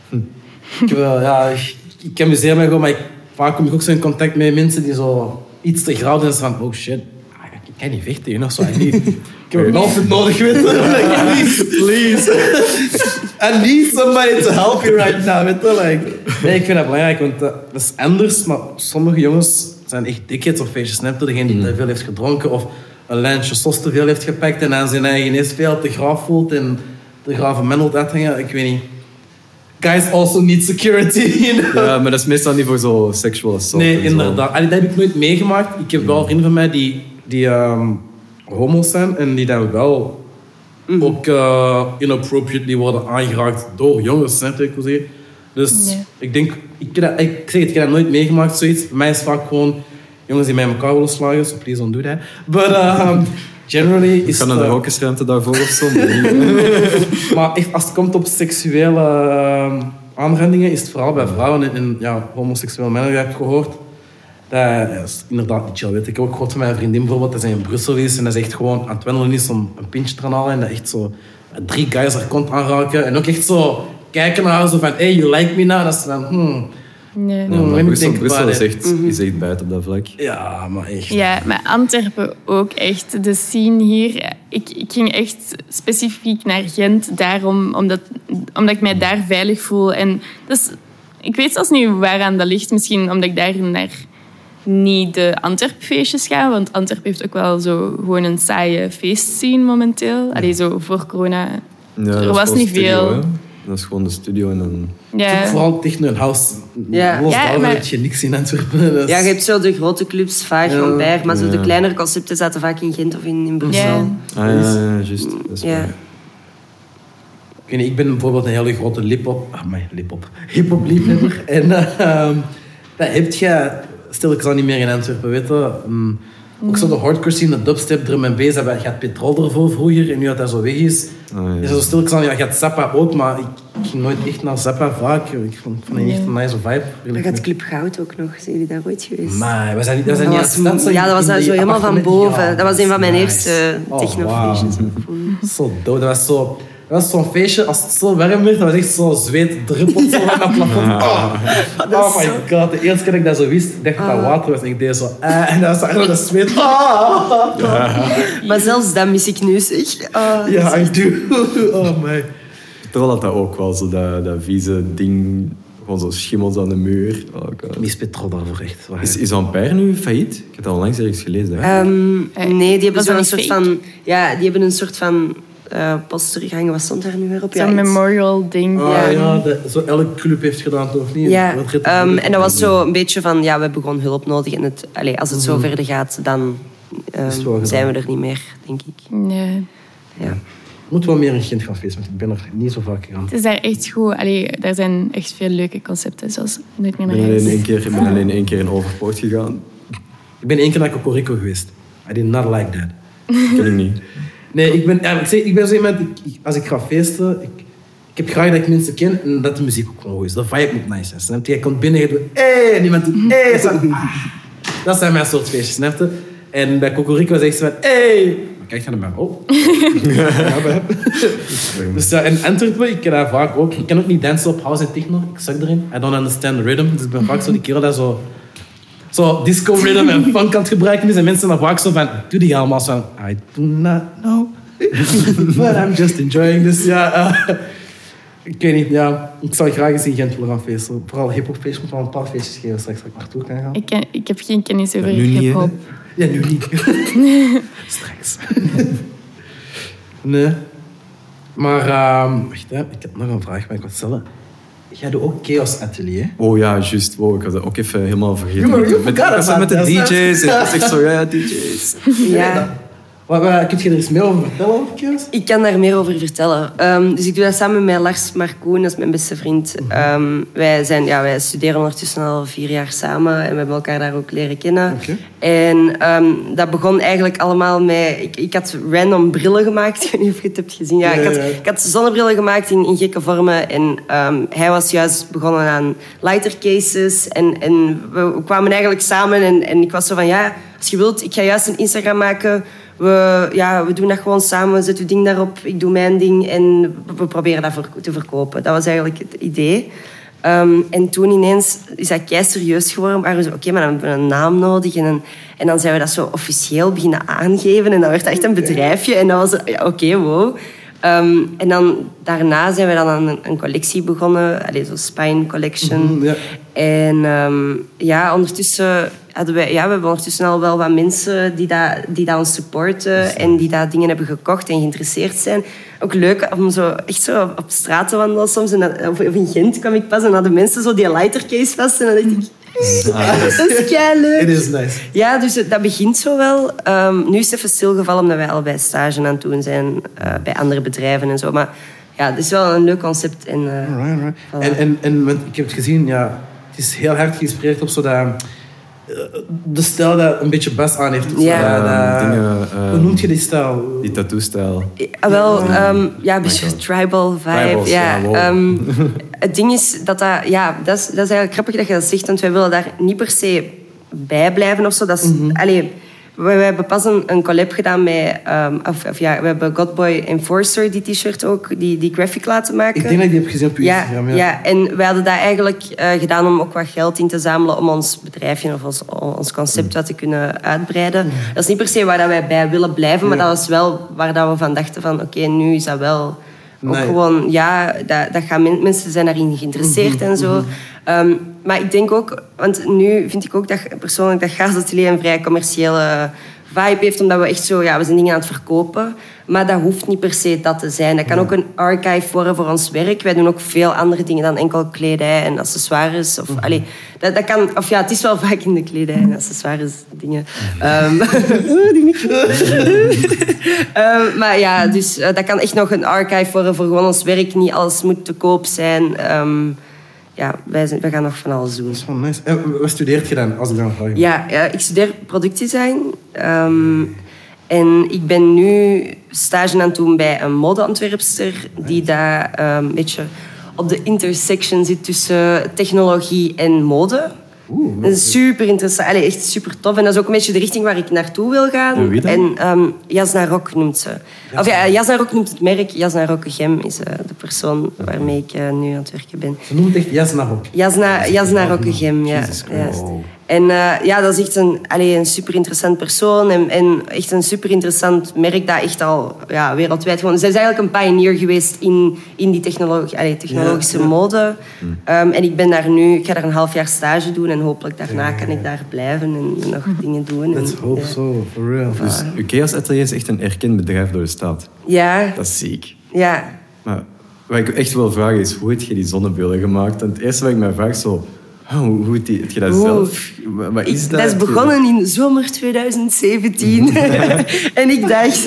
ik, heb eh, ja, ik, ik amuseer me gewoon, maar ik, vaak kom ik ook zo in contact met mensen die zo iets te grauw zijn. Van, oh shit, ah, ik kan niet vechten, you know, so I need... Ik heb een outfit nodig, weet je. Like, please, please. I need somebody to help you right now, weet je. Like, nee, ik vind dat belangrijk, want uh, dat is anders, maar sommige jongens zijn echt dickheads op feestjes. Snap je? Degene die te veel heeft gedronken of een lijntje sos te veel heeft gepakt en aan zijn eigen ineens veel te graaf voelt en te graaf een man wilt uithangen. Ik weet niet. Guys also need security, you know? Ja, maar dat is meestal niet voor zo sexual assault. Nee, en zo. inderdaad. Allee, dat heb ik nooit meegemaakt. Ik heb wel vrienden van mij die, die um, homo's zijn en die dan wel ook uh, inappropriately worden aangeraakt door jongens. Hè, ik wil zeggen. Dus Ja. ik denk, ik, heb dat- ik zeg het, ik heb dat nooit meegemaakt, zoiets. Bij mij is het vaak gewoon jongens die mij in elkaar willen slagen, so please don't do that. But um, generally is Kan er het, uh, ook eens ruimte daarvoor of zo? Maar maar echt, als het komt op seksuele uh, aanrandingen, is het vooral bij vrouwen en, en ja, homoseksuele mannen, dat heb ik gehoord. Dat ja, dat is inderdaad niet chill. Weet. Ik heb ook gehoord van mijn vriendin bijvoorbeeld, dat zij in Brussel is en dat is echt gewoon aan het wandelen is om een pintje te gaan halen en dat echt zo drie guys haar kont aanraken en ook echt zo kijken naar haar zo van, hey, you like me now? Dat is van, hmm. Nee. Ja, let me maar Brussel, think Brussel about is it. echt, is echt buiten op dat vlak. Ja, maar echt. Ja, maar Antwerpen ook echt. De scene hier. Ik, ik ging echt specifiek naar Gent daarom, omdat, omdat ik mij daar veilig voel. En dus, ik weet zelfs niet waaraan dat ligt. Misschien omdat ik daar naar niet de Antwerpfeestjes ga. Want Antwerpen heeft ook wel zo gewoon een saaie feestscene momenteel. Allee, zo voor corona. Ja, dat Er is was gewoon niet studio, veel. hè. Dat is gewoon de studio en dan... Het is ook Ja, vooral tegen een house. Ja. Los Ja, daarvan maar- heb je niks in Antwerpen. Dat is- Ja, je hebt zo de grote clubs, vaak Ja. van Berg, maar zo de Ja. kleinere concepten zaten vaak in Gent of in, in Brussel. ja. Ah ja, ja, juist. Dat is Ja. waar. Ik, weet niet, ik ben bijvoorbeeld een hele grote lip-hop... Ah, mijn lip-hop. Hip-hop liefhebber. en uh, dat heb je... Stel, ik zal niet meer in Antwerpen weten. Um, Ook zo de hardcore scene, de dubstep, drum en bass, je had petrol ervoor vroeger en nu dat dat zo weg is. Oh, ja. Is zo stil, ik zei, ja, je had Zappa ook, maar ik, ik ging nooit echt naar Zappa vaak. Ik vond, vond het echt een nice vibe. Je had Club Goud ook nog, zijn jullie daar ooit geweest? Maar we zijn niet, we zijn dat niet was, aan het Ja, dat was daar zo helemaal van boven. Ja, dat was een van mijn nice. eerste Oh, technofeestjes. wow. Zo dood, dat was zo... Dat was zo'n feestje, als het zo warm werd, dat was echt zo zweet druppelt zo aan het plafond. Oh, oh my god, de eerste keer dat ik dat zo wist, ik dacht dat dat water was en ik deed zo... Uh, en dat was echt dat zweet. Oh. Ja. Maar zelfs dat mis ik nu, zeg. Oh, Ja, I do. Oh my. Terwijl dat, dat ook wel zo, dat, dat vieze ding, gewoon zo schimmels aan de muur. Oh god. Mis petrol daarvoor echt. Is, is Ampère nu failliet? Ik heb dat al langs ergens gelezen. Hè? Um, nee, die hebben Was zo'n dat soort niet van... Ja, die hebben een soort van uh, poster gehangen. Wat stond daar nu weer op? Zo'n Ja, iets- memorial ding. Oh ja. ja, de, zo elke club heeft gedaan, toch of niet? Ja, Wat redt- um, en dat was zo een beetje van... Ja, we hebben gewoon hulp nodig. En het, allez, als het zo Mhm. verder gaat, dan um, Is het wel gedaan. zijn we er niet meer, denk ik. Nee. Ja. Ik moet wel meer in Gent gaan feesten, want ik ben er niet zo vaak gegaan. Het is daar echt goed. Allee, daar zijn echt veel leuke concepten, zoals Nooit meer Ik naar ben alleen huis. één keer, ik ben alleen één keer in Overpoort gegaan. Ik ben één keer naar Cocorico geweest. I did not like that. Dat ken ik niet. Nee, ik ben, ja, ik, zeg, ik ben zo iemand, ik, ik- als ik ga feesten, ik, ik heb graag dat ik mensen ken en dat de muziek ook gewoon goed is. De vibe moet nice zijn. Snap je? Je komt binnen en je doet hey, en iemand doet hey. Zo, ah. Dat zijn mijn soort feestjes, snap je? En bij Cocorico was echt zo van hey. Maar kijk dan maar op. Ja, bij hem. Dus ja, in Antwerpen, ik ken daar vaak ook. Ik ken ook niet dansen op house en techno. Ik zak erin. I don't understand the rhythm. Dus ik ben vaak zo die kerel dat zo... Zo disco rhythm en funk aan het gebruiken is. En mensen dan vaak zo van... Doe die allemaal zo van... I do not know. But I'm just enjoying this. Ja, uh, ik weet niet. Ja, ik zou graag eens in Gent willen gaan feesten. Vooral hip-hop feestjes. Ik moet wel een paar feestjes geven straks dat ik naartoe kan gaan. Ik, ken, ik heb geen kennis over Ja, nu niet, hè? hip-hop. Ja, nu niet. Straks. Nee. Maar, ehm wacht, hè. Ik heb nog een vraag waar ik wat stellen. Jij doet ook Chaos Atelier. Oh ja, juist. Wow, ik had dat ook even helemaal vergeten. You were- you met, forgot met, about met de that. D J's. En ik zeg zo, ja, ja, D J's. Ja. Wat, wat, kun je er iets meer over vertellen over Chaos? Ik kan daar meer over vertellen. Um, dus ik doe dat samen met Lars Marcoen, dat is mijn beste vriend. Um, wij, zijn, ja, wij studeren ondertussen al vier jaar samen en we hebben elkaar daar ook leren kennen. Oké. En um, dat begon eigenlijk allemaal met... Ik, ik had random brillen gemaakt. Ik weet niet of je het hebt gezien. Ja, Ja, ik, had, ja, ja. ik had zonnebrillen gemaakt in, in gekke vormen. En um, hij was juist begonnen aan lighter cases. En, en we kwamen eigenlijk samen. En, en ik was zo van, ja, als je wilt, ik ga juist een Instagram maken... We, ja, we doen dat gewoon samen, zet uw ding daarop, ik doe mijn ding en we proberen dat ver- te verkopen. Dat was eigenlijk het idee. Um, en toen ineens is dat kei serieus geworden. Maar we zo, oké, maar dan hebben we een naam nodig. En, een, en dan zijn we dat zo officieel beginnen aangeven. En dan werd dat echt een bedrijfje. En dan was het, ja, oké, okay, wow. Um, en dan daarna zijn we dan aan een, een collectie begonnen. Allee, zo'n Spine Collection. Mhm, ja. En um, ja, ondertussen hadden wij, ja, we hebben ondertussen al wel wat mensen die dat, die dat ons supporten en die dat dingen hebben gekocht en geïnteresseerd zijn. Ook leuk om zo echt zo op straat te wandelen soms. En dat, of in Gent kwam ik pas en hadden mensen zo die lightercase vast. En dan dacht ik, dat is keileuk. It is nice. Ja, dus het- dat begint zo wel. Um, nu is het even stilgevallen omdat wij allebei stage aan het doen zijn uh, bij andere bedrijven en zo. Maar ja, het is wel een leuk concept. En, uh, Alright, alright. Voilà. En, en, en want ik heb het gezien, ja, het is heel hard geïnspireerd op zo dat, eh, de stijl dat een beetje Bas aan heeft. Ja. Zo dat- Ja, dat- dingen, eh, hoe noemt je die stijl? Die tattoo-stijl. Ja, wel, um, ja, een beetje God. tribal vibe. Tribals, ja. ja, wow. Ehm, het ding is dat dat... Ja, dat is, dat is eigenlijk grappig dat je dat zegt, want wij willen daar niet per se bij blijven of zo. Dat is, allee, we, we hebben pas een, een collab gedaan met... Um, of, of ja, we hebben Godboy Enforcer, die t-shirt ook, die, die graphic laten maken. Ik denk dat ik die heb gezien op je Ja, Instagram. ja. ja, en wij hadden dat eigenlijk uh, gedaan om ook wat geld in te zamelen om ons bedrijfje of ons, ons concept wat te kunnen uitbreiden. Dat is niet per se waar dat wij bij willen blijven, maar Ja. dat was wel waar dat we van dachten van oké, nu is dat wel ook Nee. gewoon, ja, dat, dat gaan men- mensen zijn daarin geïnteresseerd en zo. Um, maar ik denk ook, want nu vind ik ook dat persoonlijk dat Chaos Atelier een vrij commerciële vibe heeft, omdat we echt zo, ja, we zijn dingen aan het verkopen. Maar dat hoeft niet per se dat te zijn. Dat kan ook een archive worden voor ons werk. Wij doen ook veel andere dingen dan enkel kledij en accessoires. Of, allee, dat, dat kan, of ja, het is wel vaak in de kledij en accessoires dingen. Um, die micro. um, maar ja, dus uh, dat kan echt nog een archive worden voor gewoon ons werk. Niet alles moet te koop zijn. Um, ja, wij, zijn, wij gaan nog van alles doen. Dat is wel nice. En wat studeert je dan, als ik dan vraag? Ja, ja, ik studeer productdesign. Um, en ik ben nu stage aan het doen bij een modeontwerpster die daar um, een beetje op de intersection zit tussen technologie en mode. Oeh, dat is super interessant. Allee, echt super tof. En dat is ook een beetje de richting waar ik naartoe wil gaan. En wie dan? En um, Jasna Rock noemt ze. Jasna. Of ja, Jasna Rock noemt het merk. Jasna Rockegem is uh, de persoon waarmee ik uh, nu aan het werken ben. Ze noemt het echt Jasna Rock. Jasna, Jasna Rockegem, ja. Juist. En uh, ja, dat is echt een, allee, een super interessant persoon en, en echt een super interessant merk dat echt al ja, wereldwijd gewoon... Zij is eigenlijk een pioneer geweest in, in die technologie, allee, technologische ja, ja. mode. Um, en ik ben daar nu, ik ga daar een half jaar stage doen en hopelijk daarna ja. kan ik daar blijven en nog dingen doen. Let's hope ja. so, for real. Dus uw Chaos Atelier is echt een erkend bedrijf door de stad. Ja. Dat is ziek. Ja. Maar wat ik echt wil vragen is, hoe heb je die zonnebrillen gemaakt? En het eerste wat ik mij vraag zo... Oh, hoe hoe heb je dat Oeh. zelf? Wat is ik, dat? Dat is begonnen in zomer twintig zeventien. En ik dacht...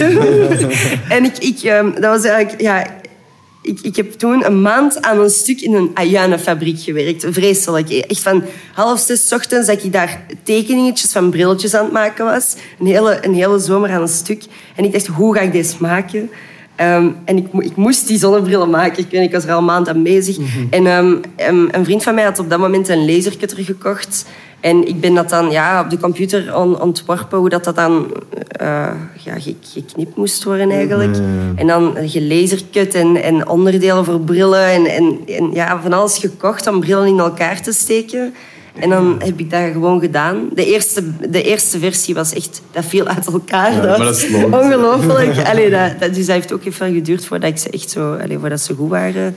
en ik... ik um, dat was eigenlijk... Ja, ik, ik heb toen een maand aan een stuk in een ajuinenfabriek gewerkt. Vreselijk. Echt van half zes 's ochtends dat ik daar tekeningetjes van brilletjes aan het maken was. Een hele, een hele zomer aan een stuk. En ik dacht, hoe ga ik deze maken? Um, en ik, ik moest die zonnebrillen maken. Ik, weet, ik was er al een maand aan bezig. Mm-hmm. En um, um, een vriend van mij had op dat moment een lasercutter gekocht. En ik ben dat dan ja, op de computer on, ontworpen, hoe dat, dat dan uh, ja, geknipt moest worden eigenlijk. Mm. En dan gelasercut en, en onderdelen voor brillen. En, en, en ja, van alles gekocht om brillen in elkaar te steken. En dan heb ik dat gewoon gedaan. De eerste, de eerste versie was echt... Dat viel uit elkaar. Ja, dat maar dat is logisch. Ongelooflijk. Allee, dat, dat, dus dat heeft ook even geduurd voordat ik ze echt zo... Allee, voordat ze goed waren.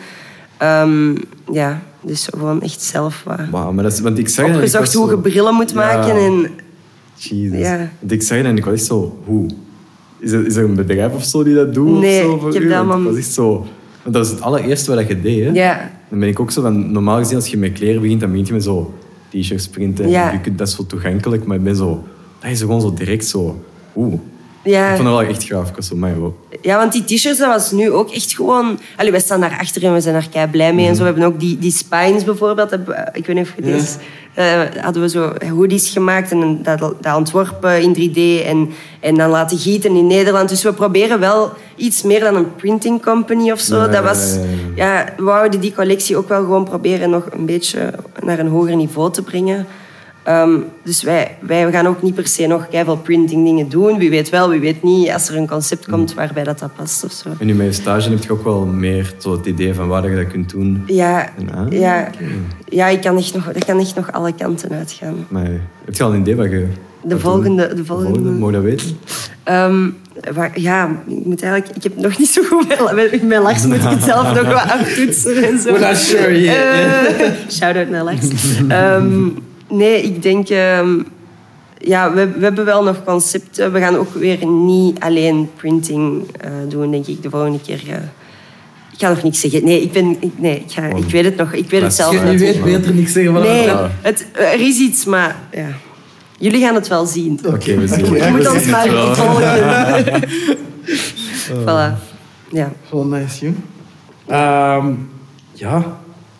Um, ja, dus gewoon echt zelf wat... Wow, maar dat is, want ik zag opgezocht hoe je zo... brillen moet ja. maken. En, Jezus. Ja. Want ik zag dat en ik was echt zo... Hoe? Is er, is er een bedrijf of zo die dat doet? Nee, of zo, ik heb u? dat allemaal... Het was echt zo... Want dat was het allereerste wat je deed, hè? Ja. Dan ben ik ook zo van... Normaal gezien, als je met kleren begint, dan begint je met zo... T-shirts printen. Ja. Je kunt, dat is zo toegankelijk, maar ik ben zo... Dat is gewoon zo direct zo... Oeh. Ja. Ik vond dat wel echt gaaf. Ik was zo, maar joh. Ja, want die t-shirts, dat was nu ook echt gewoon... Allee, wij staan daarachter en we zijn daar kei blij mee. Mm. En zo. We hebben ook die, die spines bijvoorbeeld. Ik weet niet of je ja. deze... Uh, hadden we zo hoodies gemaakt en dat, dat ontworpen in drie D en, en dan laten gieten in Nederland. Dus we proberen wel iets meer dan een printing company of zo. Ja, dat was, ja, ja, ja, we wouden die collectie ook wel gewoon proberen nog een beetje naar een hoger niveau te brengen. Um, dus wij, wij gaan ook niet per se nog keiveel printing dingen doen. Wie weet wel, wie weet niet. Als er een concept komt waarbij dat, dat past of zo. En nu met je stage heb je ook wel meer zo het idee van waar je dat kunt doen. Ja, en, ah, ja, okay. ja ik kan echt nog, dat kan echt nog alle kanten uitgaan. Maar heb je al een idee wat je... De volgende, de volgende. volgende. Mag je dat weten? Um, waar, ja, ik moet eigenlijk... Ik heb nog niet zo goed... Met mijn Lars moet ik het zelf nog wat aftoetsen en zo. We're not sure yet. Uh, shout-out naar Lars. Um, nee, ik denk... Um, ja, we, we hebben wel nog concepten. We gaan ook weer niet alleen printing uh, doen, denk ik, de volgende keer. Uh, ik ga nog niks zeggen. Nee, ik, ben, ik, nee, ik, ga, ik weet het nog. Ik weet het zelf niet. Je weet beter niks zeggen. Van nee, het, er is iets, maar... Ja. Jullie gaan het wel zien. Oké, okay, we zien Je moet ons maar niet volgen. Voilà. Ja. Wel nice, jong. Um, ja.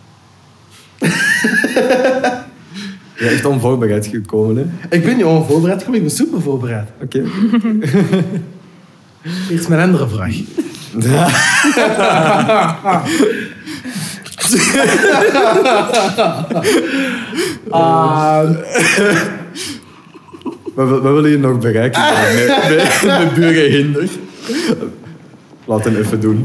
Je bent echt onvoorbereid gekomen, hè? Ik ben niet onvoorbereid gekomen, ik ben super voorbereid. Oké. Okay. Eerst mijn andere vraag. uh, Wat, wat wil je nog bereiken met, met, met Burenhinder? Laat hem even doen.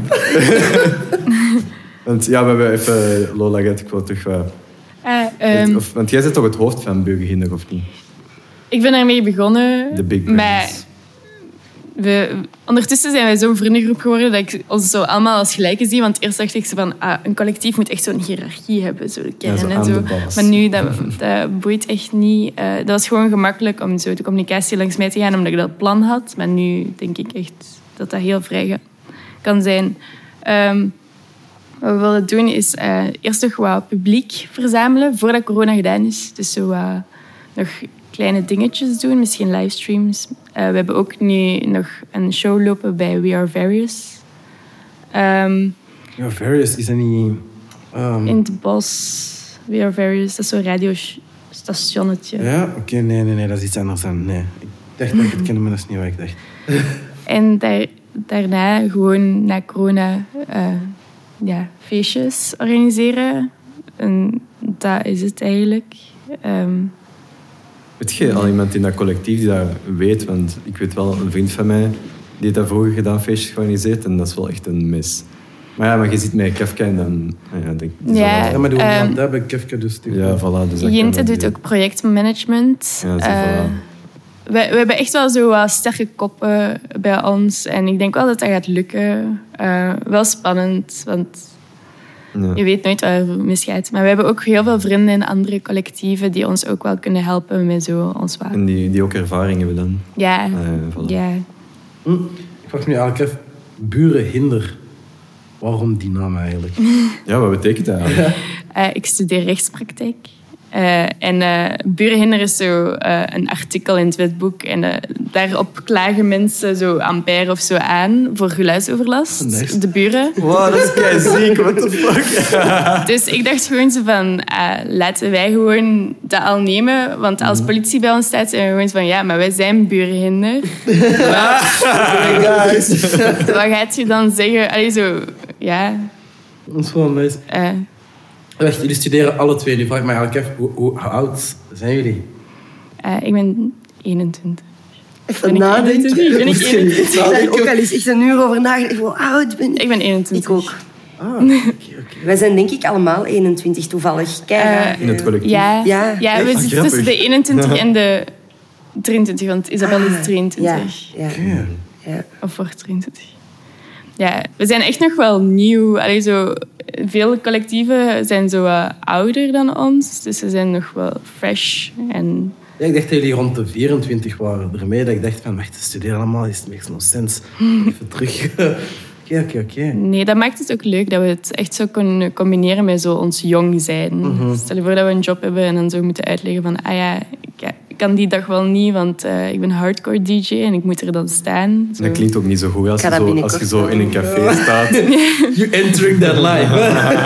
Want ja, we hebben even... Lola, ik wil toch wat... Uh, um, of, want jij bent toch het hoofd van Burenhinder, of niet? Ik ben ermee begonnen. De big met, we, Ondertussen zijn wij zo'n vriendengroep geworden dat ik ons zo allemaal als gelijken zie. Want eerst dacht ik zo van, ah, een collectief moet echt zo'n hiërarchie hebben. Zo de kern ja, zo en zo. Maar nu, dat, Mhm. dat boeit echt niet. Uh, dat was gewoon gemakkelijk om zo de communicatie langs mij te gaan, omdat ik dat plan had. Maar nu denk ik echt dat dat heel vrij kan zijn. Um, wat we willen doen is uh, eerst nog wat publiek verzamelen voordat corona gedaan is. Dus zo uh, nog kleine dingetjes doen, misschien livestreams. Uh, we hebben ook nu nog een show lopen bij We Are Various. Um, ja, Various is dat niet... Um... in het bos. We Are Various, dat is zo'n radiostationnetje. Ja, oké, okay, nee, nee, nee, dat is iets anders dan... Nee, ik dacht dat ik het kende, maar dat is niet wat ik dacht. En daar, daarna, gewoon na corona, uh, ja, feestjes organiseren. En dat is het eigenlijk. Um, Weet je al iemand in dat collectief die dat weet? Want ik weet wel, een vriend van mij die heeft dat vroeger gedaan, feestjes georganiseerd. En dat is wel echt een mis. Maar ja, maar je zit met Kefka en dan... Ja, denk, ja, ja, maar doe um, dat bij Kefka dus. Ja, voilà. Dus Jinte doet ook projectmanagement. Ja, zo, uh, voilà. we, we hebben echt wel zo wat sterke koppen bij ons. En ik denk wel dat dat gaat lukken. Uh, wel spannend, want... Ja. Je weet nooit waar het misgaat. Maar we hebben ook heel veel vrienden in andere collectieven die ons ook wel kunnen helpen met zo ons wapen. En die, die ook ervaring hebben dan. Ja. Uh, voilà. ja. Hm. Ik vraag me nu eigenlijk even, burenhinder. Waarom die naam eigenlijk? Ja, wat betekent dat eigenlijk? uh, ik studeer rechtspraktijk. Uh, en uh, burenhinder is zo uh, een artikel in het wetboek. En uh, daarop klagen mensen zo Ampère of zo aan voor geluidsoverlast. Nice. De buren. Wow, dat is kei ziek. What the fuck? Dus ik dacht gewoon zo van, uh, laten wij gewoon dat al nemen. Want als politie bij ons staat, zijn we gewoon van, ja, maar wij zijn burenhinder. Guys. Wat gaat je dan zeggen? Allee, zo, ja. Dat is gewoon nice. Uh, Wacht, jullie studeren alle twee. Nu vraag ik me eigenlijk even, hoe, hoe oud zijn jullie? uh, ik ben eenentwintig. Even Ben ik nadenken. eenentwintig? Ben ik Ik eenentwintig? heb daar ook al eens echt een uur over nagedacht. Hoe oud ben ik? Ik ben eenentwintig. Ik ook. Ah, oké, okay, oké. Okay. Wij zijn denk ik allemaal eenentwintig toevallig. Kijk, Uh, In het collectief. Ja, Ja. ja, we Echt? zitten Grappig. tussen de eenentwintig en de drieëntwintig. Want Isabel is ja, drieëntwintig. ja, Okay. ja. Of wordt drieëntwintig. Ja, we zijn echt nog wel nieuw. Allee, zo, veel collectieven zijn zo wat ouder dan ons. Dus ze zijn nog wel fresh. En... Ja, ik dacht dat jullie rond de vierentwintig waren. Daarmee dat ik dacht van, wacht, studeren allemaal is makes no sense. Even terug. Oké, oké, oké. Nee, dat maakt het ook leuk dat we het echt zo kunnen combineren met zo ons jong zijn. Mm-hmm. Stel je voor dat we een job hebben en dan zo moeten uitleggen van... Ah ja, ik kan die dag wel niet, want uh, ik ben hardcore D J en ik moet er dan staan. Zo. Dat klinkt ook niet zo goed als je Ik ga dat zo, als je zo in een café binnenkort staat. You entering that life.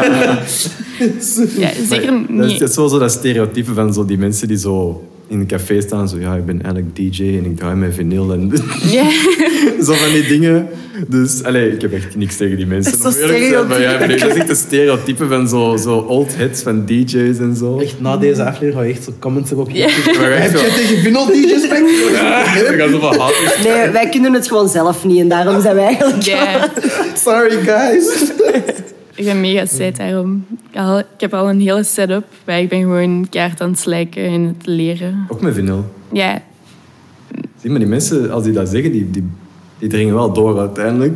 Ja, zeker Maar dat is, niet. dat is wel zo dat stereotype van zo die mensen die zo in een café staan. Zo, ja, ik ben eigenlijk D J en ik draai met vinyl en Ja. zo van die dingen. Dus, allee, ik heb echt niks tegen die mensen. Dat is zo om eerlijk te zijn, maar ja, stereotype. nee, dat is echt een stereotype van zo, zo old heads van D J's en zo. Echt, na deze aflevering ga je echt zo comments hebben op je. Ja. Maar echt Heb zo- jij tegen vinyl D J's Ik ga zoveel haat. Nee, wij kunnen het gewoon zelf niet. En daarom zijn wij eigenlijk... Ja. Sorry, guys. Ik ben mega sad daarom. Ik al- ik heb al een hele setup, maar ik ben gewoon kaart aan het slijken en het leren. Ook met vinyl. Ja, Zie maar, die mensen, als die dat zeggen, die, die, die dringen wel door uiteindelijk.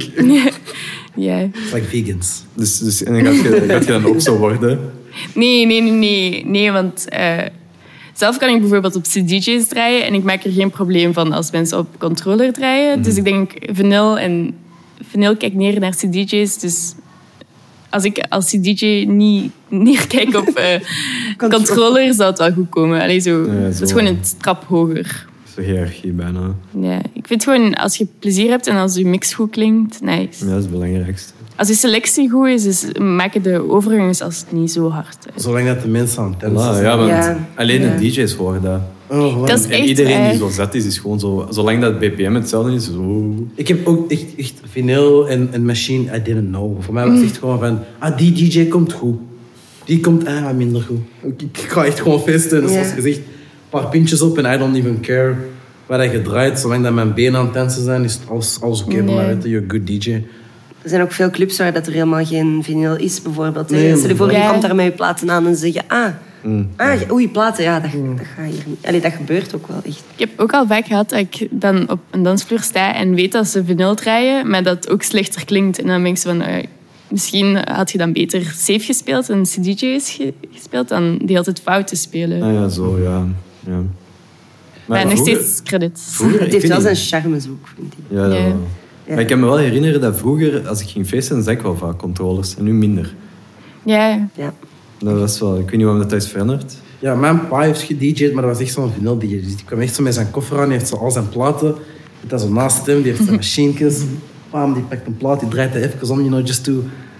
ja. It's like vegans. Dus, dus en dan gaat je, gaat je dan ook zo worden. Nee, nee, nee, nee. Nee, want uh, zelf kan ik bijvoorbeeld op C D J's draaien en ik maak er geen probleem van als mensen op controller draaien. Dus ik denk vinyl en vinyl kijkt neer naar C D J's. Dus als ik als C D J niet neerkijk op uh, controller, zou het wel goed komen. Allee, zo, Ja, het zo. is gewoon een stap hoger. Zo hiërarchie bijna. Ja, ik vind gewoon, als je plezier hebt en als je mix goed klinkt, nice. Ja, dat is het belangrijkste. Als je selectie goed is, is maken de overgangen zelfs niet zo hard uit. Zolang dat de mensen aan het dansen Voilà, zijn. ja, want Ja. alleen Ja. de D J's horen dat. Oh, wow. Dat is En echt iedereen die erg. zo zat is, is gewoon zo... Zolang dat B P M hetzelfde is, zo... Ik heb ook echt, echt vinyl en, en machine, I didn't know. Voor mij was het echt gewoon van, ah, die D J komt goed. Die komt ah, minder goed. Ik, ik ga echt gewoon feesten. Dus Ja. zoals gezegd, een paar pintjes op en I don't even care waar je draait. Zolang dat mijn benen aan het dansen zijn, is het alles, alles oké voor Nee. mij. Weet je, you're a good D J. Er zijn ook veel clubs waar dat er helemaal geen vinyl is, bijvoorbeeld. hè. Nee, Stel je voor, je Ja. komt daar met je platen aan en zeg je... Ah, ah oei, platen, ja, dat, dat gaat hier niet. Allee, dat gebeurt ook wel echt. Ik heb ook al vaak gehad dat ik dan op een dansvloer sta en weet dat ze vinyl draaien, maar dat het ook slechter klinkt. En dan denk ik zo van, eh, misschien had je dan beter safe gespeeld en C D J's ge- gespeeld dan die altijd fout te spelen. Ah ja, zo, ja. ja. maar nog vroeger- steeds credits. vroeger, Het ik heeft weet wel niet. zijn charmes ook, vind ik. Ja, dat Ja. wel. Maar ik kan me wel herinneren dat vroeger, als ik ging feesten, dan zag ik wel vaak controllers. En nu minder. Ja, Ja. Dat was wel... Ik weet niet waarom dat is veranderd. Ja, mijn pa heeft gedj'd, maar dat was echt zo'n vinyl D J. Dus die kwam echt zo met zijn koffer aan, die heeft zo al zijn platen. Die dat zo naast hem, die heeft zijn machinekes. Bam, die pakt een plaat, die draait hij even om, you know, just to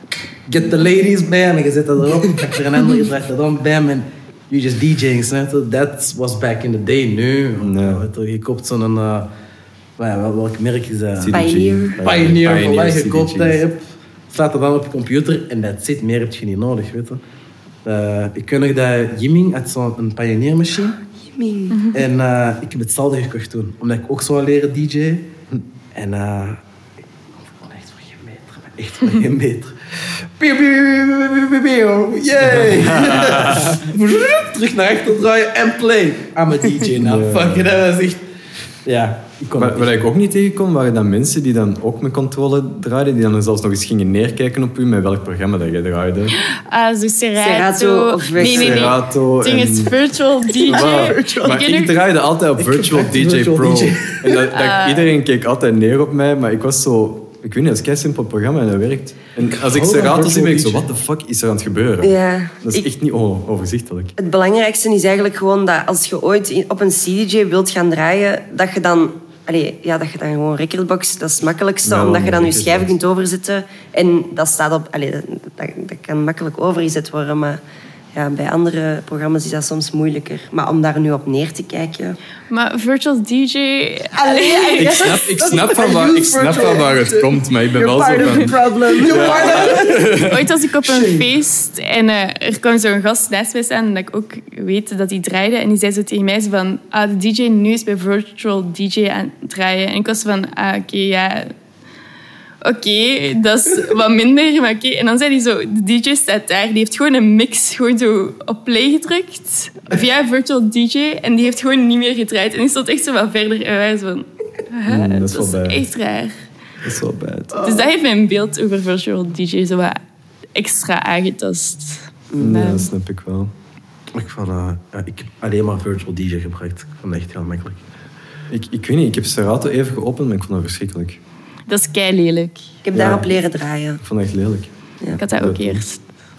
get the ladies, bam, en je zet dat erop, je trekt er een ander, je draait dat om, bam, en you just DJing, snap je? That was back in the day, nu. Ja. Weet je, je koopt zo'n, uh, wel, welk merk is dat? C D G. Pioneer. Pioneer, voilà, je C D koopt Gs. dat, je hebt, slaat dat dan op je computer en that's it, meer heb je niet nodig, weet je. Uh, ik ken nog dat Jimming had zo'n Pioneer machine. Jimming. En uh, ik heb hetzelfde gekocht toen, omdat ik ook zou leren D J. En uh, ik kon echt voor geen meter, maar echt voor geen meter. Piu, piu, piu, piu, piu, piu, yay! Terug naar achter draaien en play. I'm a D J now. Ja. Fuck, dat was echt... Ja, ik kon Wat, het wat niet. ik ook niet tegenkom, waren dan mensen die dan ook met controle draaiden, die dan zelfs nog eens gingen neerkijken op u met welk programma dat jij draaide. Ah, zo Serato. Serato of nee, nee, nee. Serato Het ding is en- virtual D J. Wow. Maar ken ik nog- draaide altijd op Virtual echt D J Virtual Pro. D J. En dat, dat, Ah. iedereen keek altijd neer op mij, maar ik was zo... Ik weet niet, dat is een kei simpel programma en dat werkt. En als ik hou van Serato zie, ben ik zo, Virtual what the fuck is er aan het gebeuren? Ja. Dat is Ik- echt niet o- overzichtelijk. Het belangrijkste is eigenlijk gewoon dat als je ooit in- op een C D J wilt gaan draaien, dat je dan... Allee, ja, dat je dan gewoon recordbox, dat is het makkelijkste, Ja, omdat je dan je recordbox. schijven kunt overzetten. En dat staat op... Allee, dat, dat, dat kan makkelijk overgezet worden, maar ja, bij andere programma's is dat soms moeilijker. Maar om daar nu op neer te kijken... Maar virtual D J... Allee, Ik snap, ik snap, van, waar, ik snap van waar het komt, maar ik ben wel zo part of the van... problem. You're part of Ooit was ik op een feest en uh, er kwam zo'n gast naast mij staan en dat ik ook weet dat hij draaide. En die zei zo tegen mij zo van, ah, de D J nu is bij virtual D J aan het draaien. En ik was van, ah, oké, ja... Oké, okay, dat is wat minder, maar oké. Okay. En dan zei hij zo, de D J staat daar, die heeft gewoon een mix gewoon zo op play gedrukt via virtual D J en die heeft gewoon niet meer gedraaid. En die stond echt zo wat verder en wij waren zo van, ah, Mm, dat dat is is wel bij. echt raar. Dat is wel bad. Dus dat heeft mijn beeld over virtual D J zo wat extra aangetast. Ja, Maar- dat snap ik wel. Ik, vond, uh, ja, ik heb alleen maar virtual D J gebruikt. Ik vond het echt heel makkelijk. Ik, ik weet niet, ik heb Serato even geopend, maar ik vond dat verschrikkelijk. Dat is kei lelijk. Ik heb daarop leren draaien. Ik vond dat echt lelijk. Ik had dat ook Dat- eerst.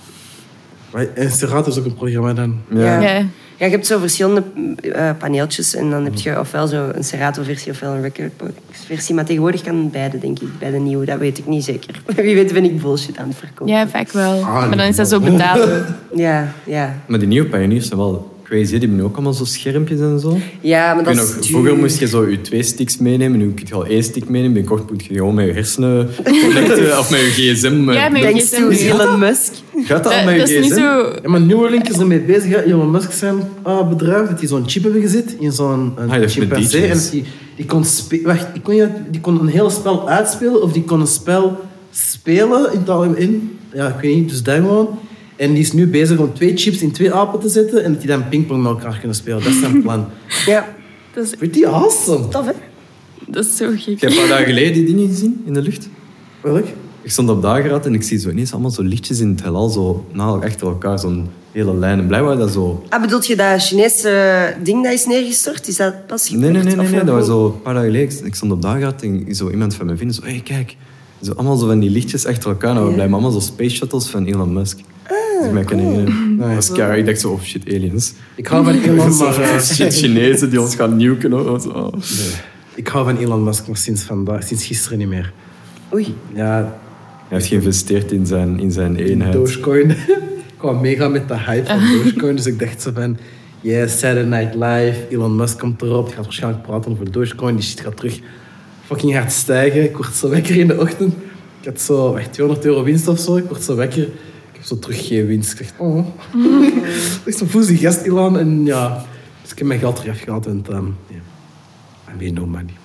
Maar en Serato is ook een programma dan. Ja. Ja. Ja, je hebt zo verschillende uh, paneeltjes en dan heb je ofwel zo een Serato-versie ofwel een Recordbox-versie. Maar tegenwoordig kan beide, denk ik. Beide nieuwe, dat weet ik niet zeker. Wie weet ben ik bullshit aan het verkopen. Ja, vaak wel. Ah, Maar dan is dat zo betalen. Ja, ja. Maar die nieuwe Pioneers zijn wel crazy. Die hebben nu ook allemaal zo schermpjes en zo. Ja, maar Ik dat weet is nog, duur. vroeger moest je zo je twee sticks meenemen. Nu kun je al één stick meenemen. Binnenkort moet je gewoon met je hersenen connecten. Of met je gsm. met- Ja, met je Thanks to gsm. Elon Musk. Gaat dat al Dat, met dat je is niet gsm? zo... Ja, maar Neuralink is ermee bezig. Hè. Elon Musk zijn uh, bedrijf, dat die zo'n chip hebben gezet in zo'n een Ah, dat is met chimpansee. D J's. En dat die, die, kon spe- wacht, die, kon je, die kon een hele spel uitspelen of die kon een spel spelen in het algemeen. Ja, ik weet niet, dus dat gewoon. En die is nu bezig om twee chips in twee apen te zetten en dat die dan pingpong met elkaar kunnen spelen. Dat is zijn plan. Ja, Dat is, Pretty awesome. tof hè? dat is zo gek. Ik heb een paar dagen geleden die dingen gezien in de lucht. Welk? Ik stond op dageraad en ik zie zo ineens allemaal zo lichtjes in het heelal. Zo na, achter elkaar, zo'n hele lijn. En blijkbaar dat zo... Ah, bedoelt je dat Chinese ding dat is neergestort? Is dat pas Nee, nee, nee, gebeurd? nee, Of nee. nog Dat was niet? zo een paar dagen geleden. Ik stond op dageraad en zo iemand van mijn vrienden zo... Hé, hey, kijk. Zo allemaal zo van die lichtjes achter elkaar. Nou, we blijven allemaal zo space shuttles van Elon Musk. Dus ik mij kan herinneren. Dat was kei- Ik dacht zo, oh shit, aliens. Ik hou van Elon, maar... eh, Shit, Chinezen die ons gaan nuken. Hoor. Zo. Oh. ik hou van Elon Musk, maar sinds, vandaag, sinds gisteren niet meer. Oei. Ja, Hij heeft geïnvesteerd in zijn, in zijn eenheid. Dogecoin. Ik kwam mega met de hype van Dogecoin. Dus ik dacht zo van... Yes, Saturday Night Live. Elon Musk komt erop. Die gaat waarschijnlijk praten over Dogecoin. Die shit gaat terug fucking hard stijgen. Ik word zo wekker in de ochtend. Ik had zo echt tweehonderd euro winst of zo. Ik word zo wekker. Ik heb zo terug geen winst. Ik dacht, oh. Ik zo voel die gast Elon. En ja... Dus ik heb mijn geld terug afgehaald. En um, yeah. I made no money.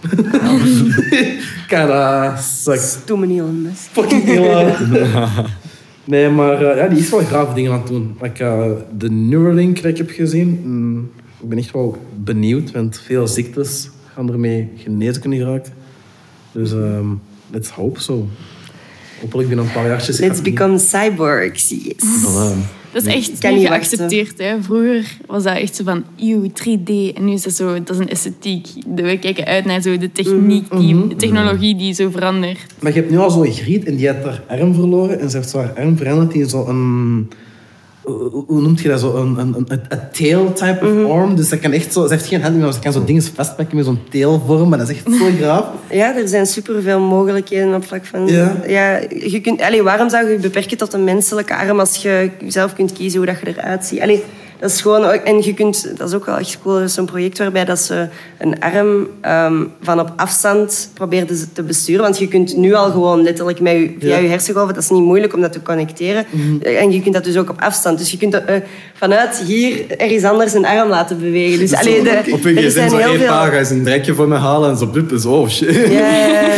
Kinda sucks. Stoeme Elon Musk. Fucking Elon. Nee, maar uh, ja, die is wel grave dingen aan het doen. Like, uh, de Neuralink die ik heb gezien, mm, ik ben echt wel benieuwd, want veel ziektes gaan ermee genezen kunnen geraken. Dus um, let's hope so. Hopelijk binnen een paar jaartjes... Let's gaat- become cyborgs, yes. Voilà. Dat is echt Kan niet niet wachten. geaccepteerd. Hè. Vroeger was dat echt zo van, eeuw, drie D. En nu is dat zo, dat is een esthetiek. De- We kijken uit naar zo de techniek, die, de technologie die zo verandert. Maar je hebt nu al zo'n griet en die had haar arm verloren en ze heeft zo haar arm veranderd in zo'n Hoe, hoe noemt je dat zo? Een, een, een, een tail type of Mm-hmm. arm. Dus dat kan echt zo... Ze heeft geen hand meer, maar ze kan zo dingen vastpakken met zo'n tailvorm. Maar dat is echt zo graaf. Ja, er zijn superveel mogelijkheden op vlak van... Ja. Ja, je kunt, allee, waarom zou je je beperken tot een menselijke arm als je zelf kunt kiezen hoe dat je eruit ziet? Allee, dat is gewoon... En je kunt... Dat is ook wel echt cool. Er is zo'n project waarbij dat ze een arm um, van op afstand probeerden ze te besturen. Want je kunt nu al gewoon letterlijk met je, via Ja. je hersengolven... Dat is niet moeilijk om dat te connecteren. Mhm. En je kunt dat dus ook op afstand. Dus je kunt uh, vanuit hier ergens anders een arm laten bewegen. Dus, allee, de, Op een er gsm zijn zo heel één veel... paar, ga eens een trekje voor me halen en zo blip is oh shit. Ja, ja, ja.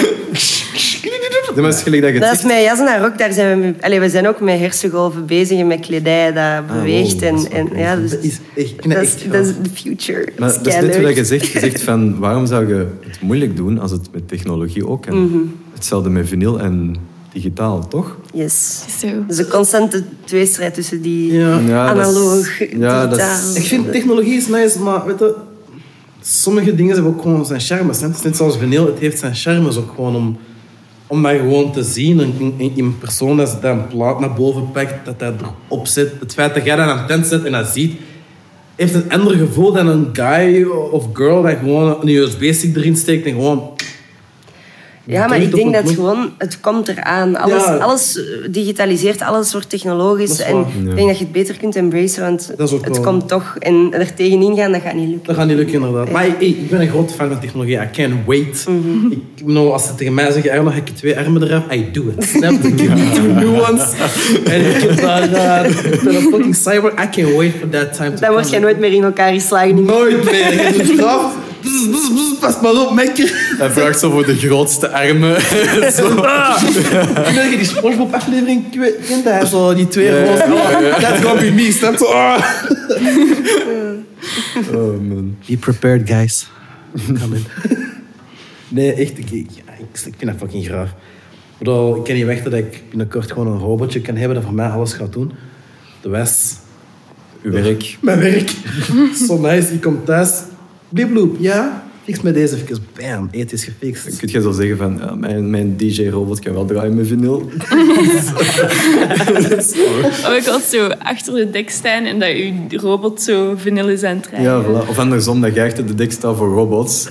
Dat is gelijk dat je het Dat is zegt. met jas en rok. Daar zijn we, mee, allee, we zijn ook met hersengolven bezig en met kledij dat beweegt. wow, en, dat is en, wel ja, dus, Dat is echt, ik vind dat, dat is, echt dat is gaaf. the future. Maar is dat is net keileuk. wat je zegt. Je zegt van, waarom zou je het moeilijk doen als het met technologie ook kan? Mhm. Hetzelfde met vinyl en digitaal, toch? Yes. Zo. Dus een constante tweestrijd tussen die Ja. Ja, dat is- analoog, ja, dat is- digitaal. Ik vind technologie is nice, maar weet je, sommige dingen hebben ook gewoon zijn charmes. hè. Het is net zoals vinyl, het heeft zijn charmes ook gewoon om, om dat gewoon te zien. In, in, in een persoon dat dat een plaat naar boven pakt, dat dat erop zit. Het feit dat jij dat aan een tent zet en dat ziet, heeft een ander gevoel dan een guy of girl dat gewoon een U S B-stick erin steekt en gewoon... Ja, maar drukt ik op denk een dat knop. gewoon, het komt eraan. Alles, Ja. alles digitaliseert, alles wordt technologisch. Dat is En waar. ik Ja. denk dat je het beter kunt embracen, want Dat is ook het wel- komt toch. En er tegenin gaan, dat gaat niet lukken. Dat gaat niet lukken, inderdaad. Maar ik, ik ben een groot fan van technologie. I can't wait. Mhm. Ik bedoel, als ze tegen mij zeggen, Arno, heb je twee armen eraf? I do it. Snap je? Give me two new ones. En ik heb daar uh, de fucking cyber. I can't wait for that time to Dan word come. je nooit meer in elkaar geslagen. Nooit meer. Je doet straf. Bzz, bzz, bzz, Pas maar op, mekker. Hij vraagt zo voor de grootste armen. Zo. Ik weet je die SpongeBob-aflevering kent hij zo, die twee Ja, rozen. ja, ja. That's gonna be me, snap je? Ah. Oh man. Be prepared, guys. Come in. Nee, echt, ik, ik, ja, ik, ik vind dat fucking graaf. Ik bedoel, ik kan niet wachten dat ik binnenkort gewoon een robotje kan hebben dat voor mij alles gaat doen. De West. Uw werk. Mijn werk. Zo nice, je komt thuis. Blibloep, ja? Fix me deze even. Bam, eten is gefixt. Kun je zo zeggen van, ja, mijn, mijn D J-robot kan wel draaien met vinyl. Of ik had zo achter de dek staan en dat je robot zo vinyl is aan het draaien. Ja, voilà. Of andersom, dat je achter de dek staat voor robots.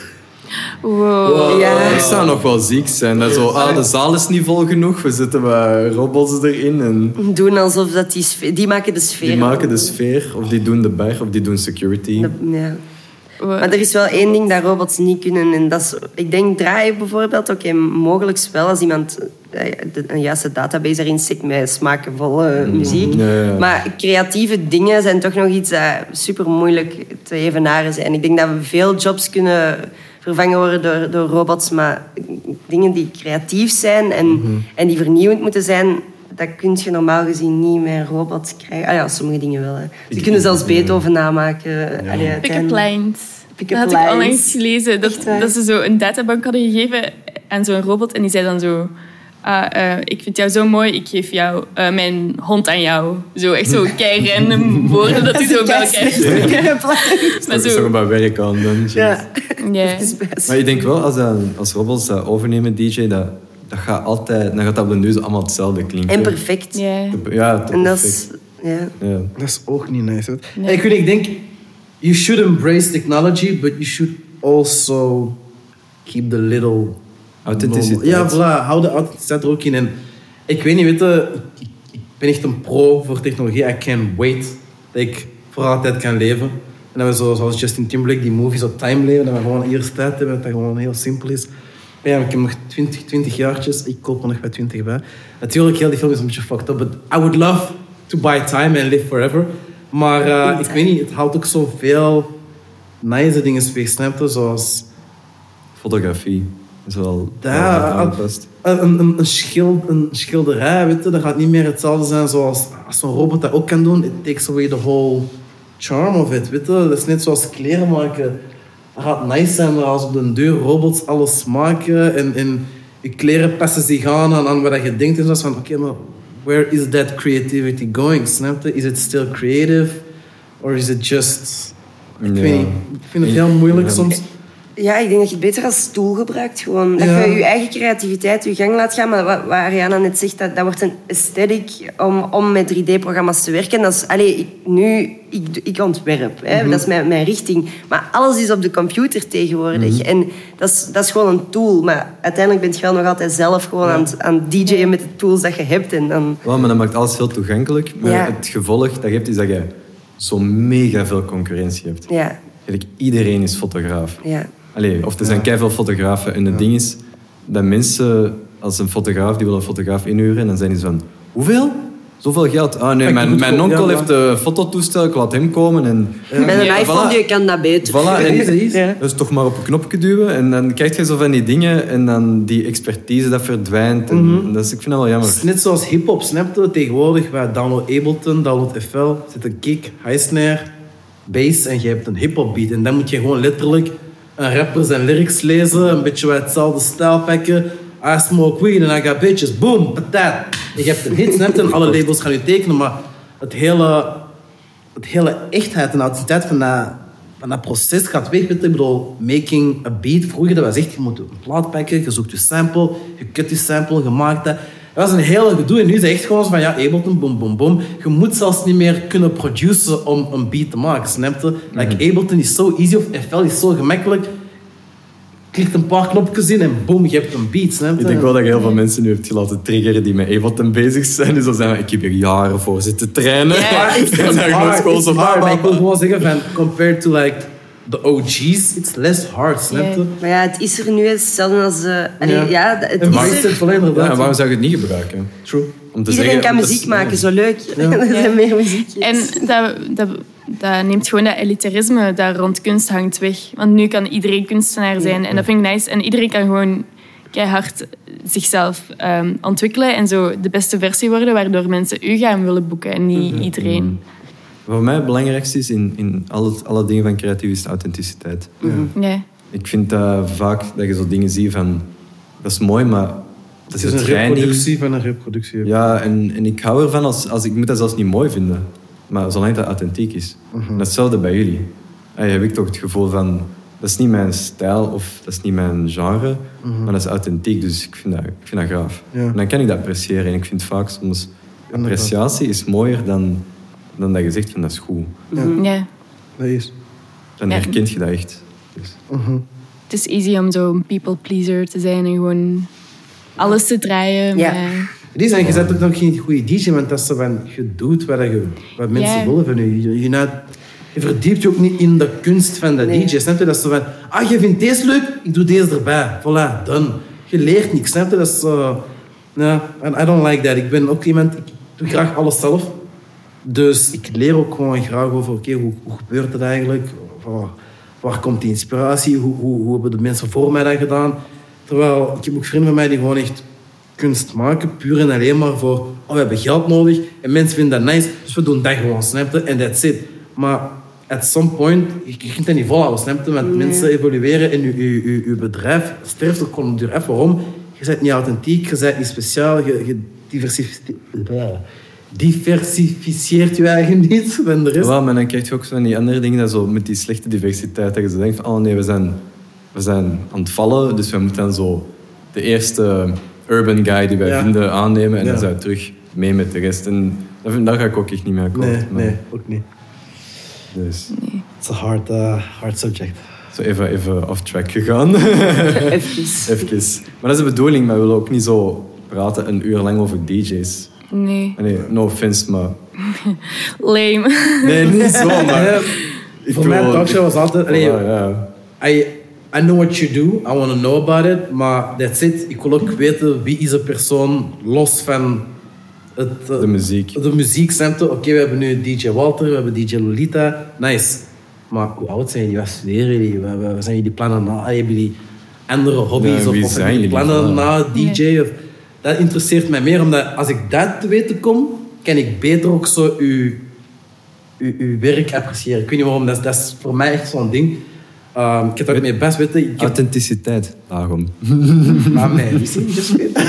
Wow. Ja. Dat zou nog wel ziek zijn. Dat zo, ah, de zaal is niet vol genoeg, we zetten wat robots erin en Doen alsof dat die sfeer... Die maken de sfeer. die maken de sfeer, of die doen de bar, of die doen security. Ja. Wow. Maar er is wel één ding dat robots niet kunnen. En dat is, ik denk draaien bijvoorbeeld. Oké, mogelijk wel als iemand eh, de- een juiste database erin stikt met smaakvolle muziek. Ja, ja. Maar creatieve dingen zijn toch nog iets dat super moeilijk te evenaren zijn. Ik denk dat we veel jobs kunnen vervangen worden door, door robots. Maar dingen die creatief zijn en, en die vernieuwend moeten zijn... Dat kun je normaal gezien niet met een robot krijgen. Ah ja, sommige dingen wel. Hè. Ze kunnen zelfs Beethoven namaken. Allee, Pick-up uiteindelijk- lines. Pick-up Dat had ik lines. onlangs gelezen. Dat, Echt waar? dat ze zo een databank hadden gegeven aan zo'n robot. En die zei dan zo... Ah, eh, ik vind jou zo mooi, ik geef jou, eh, mijn hond aan jou. Zo, echt zo kei random woorden dat hij zo bij elkaar steekt. Maar Dat is toch zo... een wat werk aan dan. Ja. Ja. Het is best. Maar ik denk wel, als, dat, als robots dat overnemen, D J, dat, dat gaat altijd, dan gaat dat op de neus allemaal hetzelfde klinken. En perfect. Ja. Ja, tot En dat perfect. is... Ja. Ja. Dat is ook niet nice. hè. Nee. En ik, weet, ik denk, you should embrace technology, but you should also keep the little... Authenticiteit. Ja, voilà. Hou de authenticiteit er ook in. En ik weet niet, weet je, ik, ik ben echt een pro voor technologie. I can't wait dat ik voor altijd kan leven. En dat we zo, zoals Justin Timberlake, die movie, zo time leven, dat we gewoon eerst tijd hebben, dat dat gewoon heel simpel is. Maar ja, ik heb nog twintig, twintig jaartjes, ik koop er nog bij twintig bij. Natuurlijk, heel die film is een beetje fucked up, but I would love to buy time and live forever. Maar uh, ik weet niet, het houdt ook zoveel nice dingen weg, snap je? Zoals... Fotografie is wel Ja, wel aangepast. Een, een, een, schild, een schilderij, weet je, dat gaat niet meer hetzelfde zijn zoals als zo'n robot dat ook kan doen. It takes away the whole charm of it, weet je. Dat is net zoals kleren maken. Het gaat nice zijn maar als op de deur robots alles maken en, en je kleren passen zich aan aan, aan wat je denkt. En zo van, oké, okay, maar where is that creativity going, snap je? Is it still creative? Or is it just... Ik Ja. weet niet. Ik vind het heel moeilijk Ja. soms. Ja, ik denk dat je het beter als tool gebruikt. Gewoon. Dat Ja. je je eigen creativiteit je gang laat gaan. Maar wat, wat Ariana net zegt, dat, dat wordt een aesthetic om, om met drie D-programma's te werken. Dat is, allee, ik, nu, ik, ik ontwerp. Hè. Mm-hmm. Dat is mijn, mijn richting. Maar alles is op de computer tegenwoordig. Mm-hmm. En dat is, dat is gewoon een tool. Maar uiteindelijk ben je wel nog altijd zelf gewoon aan, het- aan het D J'en met de tools dat je hebt. En dan... Wel, maar dat maakt alles heel toegankelijk. Maar Ja. het gevolg dat je hebt, is dat je zo mega veel concurrentie hebt. Ja, Eigenlijk, iedereen is fotograaf. ja. Allee, of er zijn keiveel fotografen. En het ding is dat mensen, als een fotograaf, die wil een fotograaf inhuren, dan zijn die zo van, hoeveel? Zoveel geld? Ah nee, Ik mijn, moet mijn gewoon- onkel ja, heeft een fototoestel, ik laat hem komen. En, Met een Ja, iPhone voilà. je kan dat beter. Voilà, en, Ja, dat is- Ja. dus toch maar op een knopje duwen en dan krijg je zo van die dingen en dan die expertise dat verdwijnt. En, Mhm. en dat is, ik vind dat wel jammer. Het is net zoals hip-hop, snap je? Tegenwoordig, wij download Ableton, download F L, zit een kick, high snare, bass en je hebt een hip-hop beat. En dan moet je gewoon letterlijk een rapper zijn lyrics lezen, een beetje bij hetzelfde stijl pakken. I smoke weed and I got bitches, boom, patat. Je hebt een hit, snap je? En alle labels gaan je tekenen, maar het hele, het hele echtheid en authenticiteit van dat, van dat proces gaat weg. Weet je? Ik bedoel, making a beat. Vroeger dat was echt, je moet een plaat pakken, je zoekt je sample, je cut je sample, je maakt dat. Dat was een hele gedoe. En nu is het echt gewoon zo van, ja, Ableton, boom, boom, boom. Je moet zelfs niet meer kunnen produceren om een beat te maken, snap je? Like, Ableton is zo easy, of F L is zo gemakkelijk. Klikt een paar knopjes in en boom, je hebt een beat, snap je? Ik denk wel dat je heel veel mensen nu hebt laten triggeren die met Ableton bezig zijn. Dus dan zijn we, ik heb hier jaren voor zitten trainen. Ja, En dan It's ga ik naar hard, school it's zo, hard, bah, maar ik bah, wil bah. gewoon zeggen van, compared to like the O G's, it's less hard, snap je? Ja. Maar ja, het is er nu hetzelfde als... Uh, allee, Ja. ja. het En is waar er. is het wel Ja, inderdaad? en waarom zou je het niet gebruiken? True. Om te Iedereen zeggen, kan dat is- muziek maken, zo leuk. er zijn meer muziekjes. En dat, dat, dat neemt gewoon dat elitarisme dat rond kunst hangt weg. Want nu kan iedereen kunstenaar zijn. En dat vind ik nice. En iedereen kan gewoon keihard zichzelf um, ontwikkelen en zo de beste versie worden, waardoor mensen u gaan willen boeken en niet iedereen. Voor mij het belangrijkste is in, in alle, alle dingen van creatief is de authenticiteit. Ja. Ik vind dat vaak dat je zo dingen ziet van... Dat is mooi, maar dat Het is is het een trein niet. reproductie van een reproductie. Ja, en, en ik hou ervan als, als... Ik moet dat zelfs niet mooi vinden. Maar zolang dat authentiek is. En hetzelfde bij jullie. Ah, heb ik toch het gevoel van... Dat is niet mijn stijl of dat is niet mijn genre. Maar dat is authentiek, dus ik vind dat, ik vind dat gaaf. Ja. En dan kan ik dat appreciëren. En ik vind vaak soms... Appreciatie is mooier dan, dan dat je zegt van dat is goed. Ja. Dat is. Dan Ja. herkent je dat echt. Dus. Het is easy om zo'n people pleaser te zijn en gewoon alles te draaien. Ja. Maar Die zijn, je bent ook nog geen goede D J, want dat is zo van, je doet wat, je, wat mensen Ja. willen van je. Je, je, nou- je verdiept je ook niet in de kunst van de Nee. D J, snap je? Dat is zo van, ah, je vindt deze leuk, ik doe deze erbij. Voilà, done. Je leert niks, snap je? Dat is zo... Ja, and I don't like that. Ik ben ook iemand, ik doe graag alles zelf. Dus ik leer ook gewoon graag over, oké, hoe, hoe gebeurt het eigenlijk? Waar, waar komt die inspiratie? Hoe, hoe, hoe hebben de mensen voor mij dat gedaan? Terwijl, ik heb ook vrienden van mij die gewoon echt kunst maken, puur en alleen maar voor, oh, we hebben geld nodig en mensen vinden dat nice, dus we doen dat gewoon, snap je? En that's it. Maar at some point, je je kunt dat niet volhouden, snap je? Want mensen evolueren en je, je, je, je bedrijf sterft ook gewoon duur af. Waarom? Je bent niet authentiek, je bent niet speciaal, je, je diversifi- diversificeert je eigen niet van de rest. Ja, maar dan krijg je ook zo van die andere dingen, dat zo met die slechte diversiteit, dat je zo denkt van, oh nee, we zijn, we zijn aan het vallen, dus we moeten dan zo de eerste urban guy die wij Ja. vinden aannemen en Ja. dan zijn we terug mee met de rest. En dat vind- daar ga ik ook echt niet mee akkoord. Nee, maar- nee, ook niet. Dus It's a hard, uh, hard subject. zo even, even off track gegaan. Even. even. Maar dat is de bedoeling, maar we willen ook niet zo praten een uur lang over D J's. nee, Nee, no offense, maar... lame. Nee, niet zo, maar... Ja, ik voor mij wil- een talkshow was altijd... allee, Ja, ja. I, I know what you do, I want to know about it, maar that's it. Ik wil ook weten wie is een persoon los van het, eh, De muziek. de muziek. Snap je? Oké, we hebben nu D J Walter, we hebben D J Lolita, nice. Maar hoe oud zijn jullie? Wat studeren jullie? Wat, wat wat zijn jullie plannen na? Hebben jullie andere hobby's Ja, of, wie of zijn hebben jullie jullie? plannen na Ja. D J? Of, dat interesseert mij meer, omdat als ik dat te weten kom, kan ik beter ook zo uw, uw, uw werk appreciëren. Ik weet niet waarom, dat is, dat is voor mij echt zo'n ding. Um, ik heb dat mee best weten. Ik heb Authenticiteit, daarom. maar mij misschien just weten.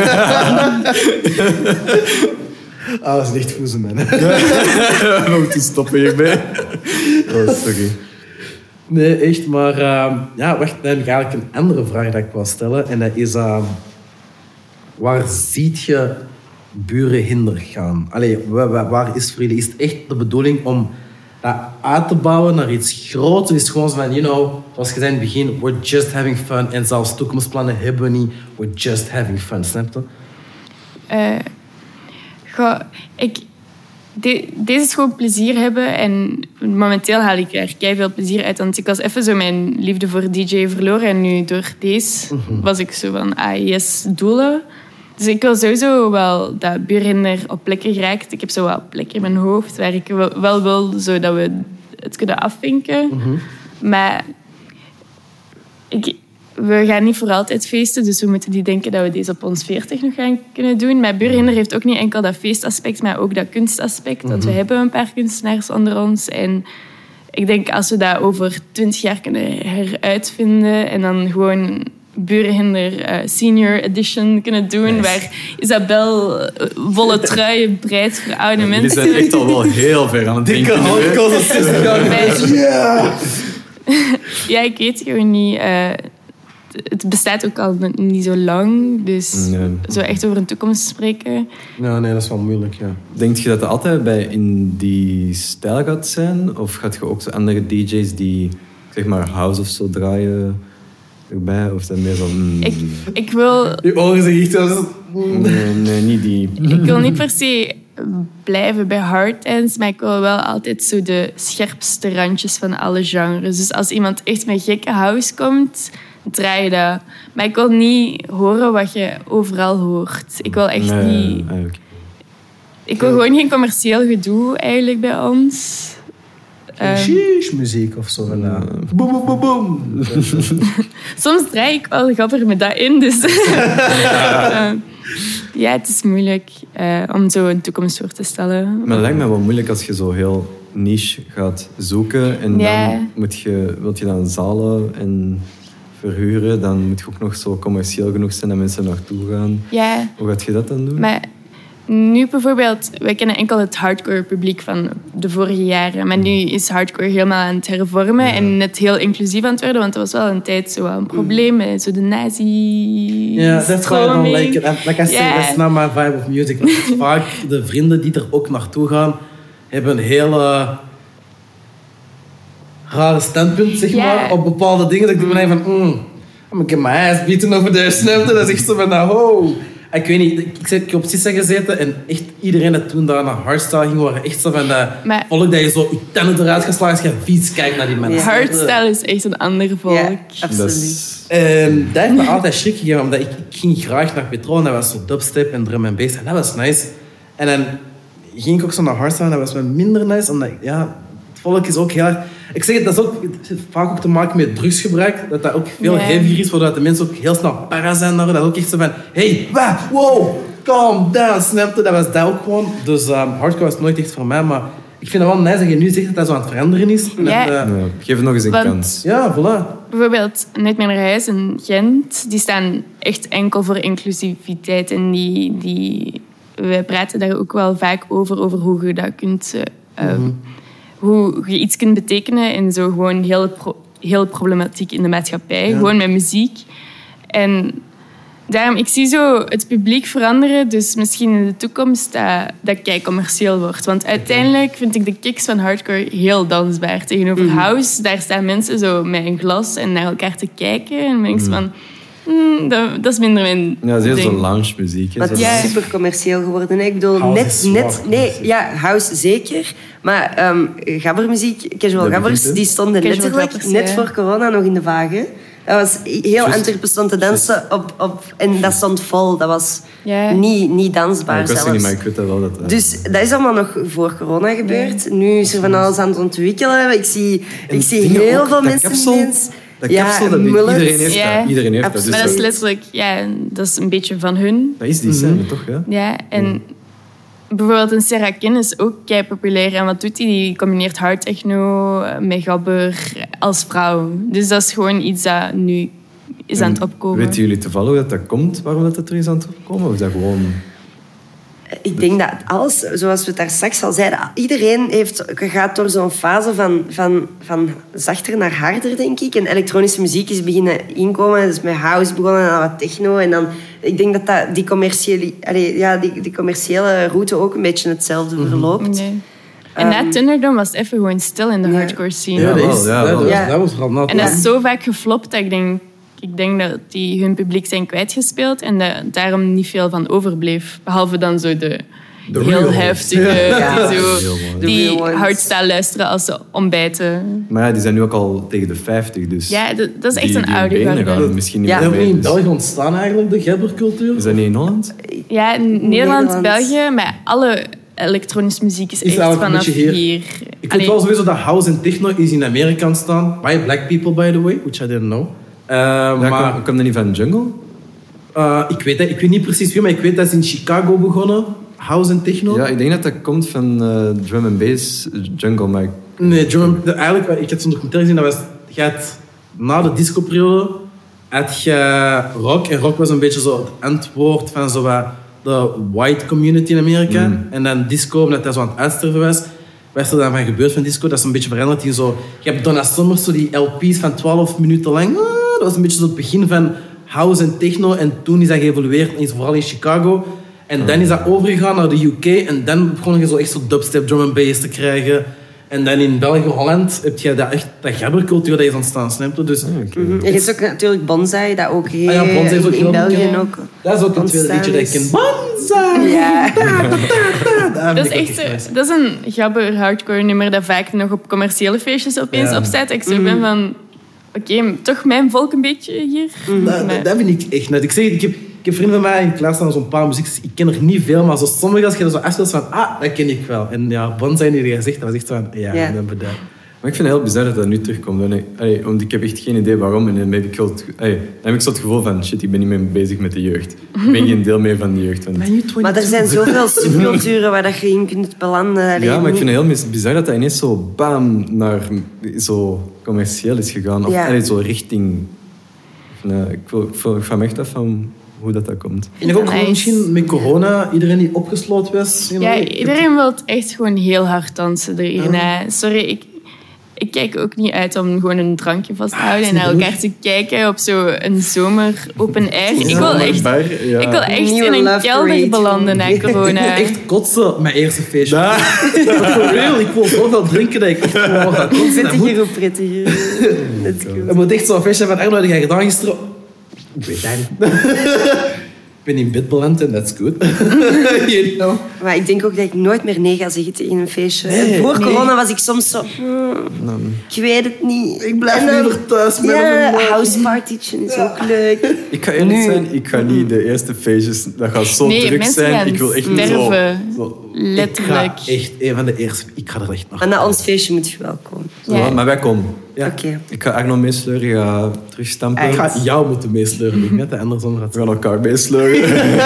Ah, dat is echt voezen, man. We moeten stoppen hierbij. Oh, sorry. Nee, echt. Maar uh, ja, wacht, dan heb ik eigenlijk een andere vraag dat ik wil stellen. En dat is, uh, waar ziet je Burenhinder gaan? Allee, waar, waar is voor jullie? Is het echt de bedoeling om dat uit te bouwen naar iets groots? Is het gewoon zo van, you know, zoals je zei in het begin, we're just having fun. En zelfs toekomstplannen hebben we niet. We're just having fun, snap je? Uh, goh, ik... De, deze is gewoon plezier hebben en momenteel haal ik er kei veel plezier uit. Want ik was even zo mijn liefde voor D J verloren en nu door deze mm-hmm. was ik zo van, ah yes, doelen. Dus ik wil sowieso wel dat Burenhinder op plekken geraakt. Ik heb zo wel plekken in mijn hoofd waar ik wel wil, zodat we het kunnen afvinken. Mm-hmm. Maar ik... We gaan niet voor altijd feesten, dus we moeten niet denken dat we deze op ons veertig nog gaan kunnen doen. Maar Burenhinder heeft ook niet enkel dat feestaspect, maar ook dat kunstaspect. Want we hebben een paar kunstenaars onder ons. En ik denk als we dat over twintig jaar kunnen heruitvinden en dan gewoon Burenhinder uh, Senior Edition kunnen doen, nice. Waar Isabel volle truien breidt voor oude mensen. Die zijn echt al wel heel ver aan het denken. Dikke hardcore zestig jaar mensen. Ja! Ja, ik weet gewoon niet... Uh, Het bestaat ook al niet zo lang, dus nee. Zo echt over een toekomst spreken. Ja, nee, dat is wel moeilijk, ja. Denk je dat het altijd bij in die stijl gaat zijn? Of gaat je ook zo andere D J's die, zeg maar, house of zo draaien erbij? Of is dat meer zo... Mm, ik, ik wil... Je ogen zijn echt zo... Nee, nee, niet die. Ik wil niet per se blijven bij harddance, maar ik wil wel altijd zo de scherpste randjes van alle genres. Dus als iemand echt met gekke house komt... draai je dat. Maar ik wil niet horen wat je overal hoort. Ik wil echt nee, niet... Okay. Ik wil gewoon geen commercieel gedoe eigenlijk bij ons. Sheesh, muziek of zo. Uh, boom, boom, boom, boom. Soms draai ik wel gabber met dat in. Dus uh, ja, het is moeilijk uh, om zo een toekomst voor te stellen. Maar het lijkt me wel moeilijk als je zo heel niche gaat zoeken. En ja. dan moet je, wilt je dan zalen en... verhuren, dan moet je ook nog zo commercieel genoeg zijn dat mensen naartoe gaan. Ja. Hoe gaat je dat dan doen? Maar nu bijvoorbeeld, wij kennen enkel het hardcore publiek van de vorige jaren, maar nu is hardcore helemaal aan het hervormen ja. en net heel inclusief aan het worden, want dat was wel een tijd zo wel een probleem met zo de nazi. Ja, dat is gewoon like, like I say, yeah. That's not my vibe of music. Vaak de vrienden die er ook naartoe gaan, hebben een hele rare standpunt, zeg yeah. maar, op bepaalde dingen. Dat ik denk van, mm, I'm gonna my ass beaten over there, snapte. Dat is echt zo van, nou, ho. Ik weet niet, ik heb op Sissa gezeten en echt iedereen dat toen daar naar hardstyle ging, waren echt zo van dat maar, volk dat je zo je tanden eruit gaat slaan als je vies kijkt naar die mensen. Hardstyle is echt een ander volk. Ja, absoluut. Um, dat heeft me altijd schrik gegeven, omdat ik, ik ging graag naar Petro en dat was zo dubstep en drum en bass en dat was nice. En dan ging ik ook zo naar hardstyle en dat was wel minder nice, omdat ja, het volk is ook heel erg... Ik zeg het, dat is ook, het heeft vaak ook te maken met drugsgebruik. Dat dat ook veel yeah. heavier is, waardoor de mensen ook heel snel para zijn. Dat ook echt zo van, hey, wa, wow, calm down, snapte. Dat was dat ook gewoon. Dus um, hardcore was nooit echt voor mij, maar ik vind het wel nice dat je nu zegt dat dat zo aan het veranderen is. Ja. Dat, uh, ja, geef het nog eens een Want, kans. Ja, voilà. Bijvoorbeeld Nooit meer naar huis in Gent, die staan echt enkel voor inclusiviteit. En die, die, wij praten daar ook wel vaak over, over hoe je dat kunt... Uh, mm-hmm. Hoe je iets kunt betekenen in zo gewoon heel, pro- heel problematiek in de maatschappij. Ja. Gewoon met muziek. En daarom, ik zie zo het publiek veranderen. Dus misschien in de toekomst dat dat kei commercieel wordt. Want uiteindelijk vind ik de kicks van hardcore heel dansbaar. Tegenover mm. house, daar staan mensen zo met een glas en naar elkaar te kijken. En ben ik mm. van... Mm, dat, dat is minder mijn Ja, het is heel zo'n lounge muziek. Maar het is ja. super commercieel geworden. Hè? Ik bedoel, house net... net nee, ja, house zeker. Maar um, gabbermuziek, casual de gabbers, die stonden casual letterlijk gabbers, net ja. voor corona nog in de vagen. Dat was heel Just. Antwerpen stond te dansen op, op, en dat stond vol. Dat was yeah. niet, niet dansbaar ja, ik zelfs. Niet, maar ik weet dat wel. Dat, uh... Dus dat is allemaal nog voor corona gebeurd. Yeah. Nu is er van alles aan het ontwikkelen. Ik zie, ik zie heel ook, veel mensen kapsel, ineens... Dat kapsel, ja, dat iedereen heeft ja. dat. Iedereen heeft dat. Dus maar dat is letterlijk... Ja, dat is een beetje van hun. Dat is die scène, mm-hmm. toch? Ja, ja en... Mm. Bijvoorbeeld een Sarah Kin is ook kei populair. En wat doet hij? Die combineert hard techno met gabber als vrouw. Dus dat is gewoon iets dat nu is en aan het opkomen. Weten jullie toevallig hoe dat, dat komt? Waarom dat, dat er is aan het opkomen? Of is dat gewoon... Ik denk dat alles, zoals we het daar straks al zeiden, iedereen heeft, gaat door zo'n fase van, van, van zachter naar harder, denk ik. En elektronische muziek is beginnen inkomen. Dus met house begonnen en dan wat techno. En dan, ik denk dat, dat die, commerciële, allee, ja, die, die commerciële route ook een beetje hetzelfde verloopt. Nee. En na Thunderdome was het even gewoon stil in de hardcore scene. Ja, dat, is, ja, dat, wel. was, dat was vooral nat. En dat is zo vaak geflopt dat ik denk... Ik denk dat die hun publiek zijn kwijtgespeeld en dat daarom niet veel van overbleef. Behalve dan zo de, De heel real heftige, Ja. die, zo, De die real ones. hard staan luisteren als ze ontbijten. Maar ja, die zijn nu ook al tegen de vijftig, dus... Ja, dat, dat is echt die, een die oude benen garde. gaan misschien niet Ja. meer Hebben we mee. in dus- België ontstaan eigenlijk, de gebbercultuur? Is dat niet in Holland? Ja, in Nederland, Nederland. België, maar alle elektronische muziek is, Is echt eigenlijk een vanaf beetje hier. hier. Ik Allee, weet wel sowieso dat house en techno is in Amerika ontstaan. By black people, by the way, which I didn't know. Uh, Ja, maar kwam, kwam dat niet van Jungle? uh, ik, weet, dat- ik weet niet precies wie, maar ik weet dat is in Chicago begonnen. House en techno. Ja, ik denk dat dat komt van uh, drum and bass Jungle, maar... ik- Nee, drum, de- eigenlijk, ik heb zo'n documentaire gezien, dat was... Je had, na de discoperiode had je rock. En rock was een beetje zo het antwoord van zo wat de white community in Amerika. Mm. En dan disco, omdat dat zo aan het uitsterven was, wat is er dan van gebeurd van disco? Dat is een beetje veranderd in zo... Je hebt Donna Summer, zo die L P's van twaalf minuten lang. Ah, dat was een beetje zo het begin van house en techno. En toen is dat geëvolueerd, en vooral in Chicago. En dan is dat overgegaan naar de U K. En dan begon je zo echt zo dubstep, drum and bass te krijgen. En dan in België, Holland, heb je dat echt dat gabbercultuur dat is ontstaan, snap je? Dus, Mhm. Er is ook natuurlijk Bonsai, dat ook heel, Ah ja, Bonsai is ook in heel België bekend. ook dat is ook een tweede ontstaan liedje dat ik is. ken. Bonsai! Ja. Dat dat is vind ik echt ook nice. zo- dat is een gabber hardcore nummer dat vaak nog op commerciële feestjes opeens Ja. opstaat. Dat ik zo ben van... Oké, toch mijn volk een beetje hier. Dat, dat, dat vind ik echt net. Ik, zeg, ik, heb, ik heb vrienden van mij in klas staan, zo'n paar muziek. Ik ken er niet veel, maar zo sommige als je er zo afspeelt van, ah, dat ken ik wel. En ja, Bonsai die je zegt, dat was echt van, ja, Ja. ik ben bedankt. Maar ik vind het heel bizar dat dat nu terugkomt. Want ik, allee, want ik heb echt geen idee waarom. En dan heb ik, wel het, allee, dan heb ik zo het gevoel van, shit, ik ben niet meer bezig met de jeugd. Ik ben geen deel meer van de jeugd. Want... Maar er zijn zoveel subculturen waar dat je in kunt belanden. Allee, Ja, maar ik niet- vind het heel mis- bizar dat dat ineens zo bam naar zo commercieel is gegaan. Of Ja. allee, zo richting... Nee, ik, wil, ik, wil, ik vraag me echt af van hoe dat, dat komt. En ook Nice. gewoon misschien met corona, iedereen die opgesloten was. you Ja, know, iedereen wil echt gewoon heel hard dansen er hierna. Sorry, ik, ik kijk ook niet uit om gewoon een drankje vast te houden en is naar niet elkaar te kijken op zo'n zomer open air. Ik wil echt, Bar, ja. ik wil echt Nieuwe in een love kelder parade. belanden na Ik wil corona. echt kotsen mijn eerste feestje. For real, ik wil zoveel drinken dat ik echt gewoon ga Ik kotsen. vind Dat het moet- hier ook prettiger. Let's go. Het moet echt zo'n feestje van Arno, dat jij gedaan gisteren. Ik weet dat niet. Ik ben in bed beland en that's good. You know. Maar ik denk ook dat ik nooit meer nee ga zeggen tegen een feestje. Nee, Voor nee. corona was ik soms zo... hmm, ik weet het niet. Ik blijf En dan- liever thuis met Ja, een housepartytje is ook leuk. Ik ga eerlijk Nu. zijn, ik ga niet de eerste feestjes... Dat gaat zo Nee, druk mensen zijn. gaan Ik wil echt zo, sterven. zo... Letterlijk. Ik ga echt een van de eerste. Ik ga er echt nog. Maar na ons feestje moet je wel komen. zo, Ja. Maar wij komen. Ja. Oké. Ik ga Arno meesleuren, je gaat terugstampen. Ik ga jou moeten meesleuren. Ik net de andere zonder We gaan elkaar meesleuren.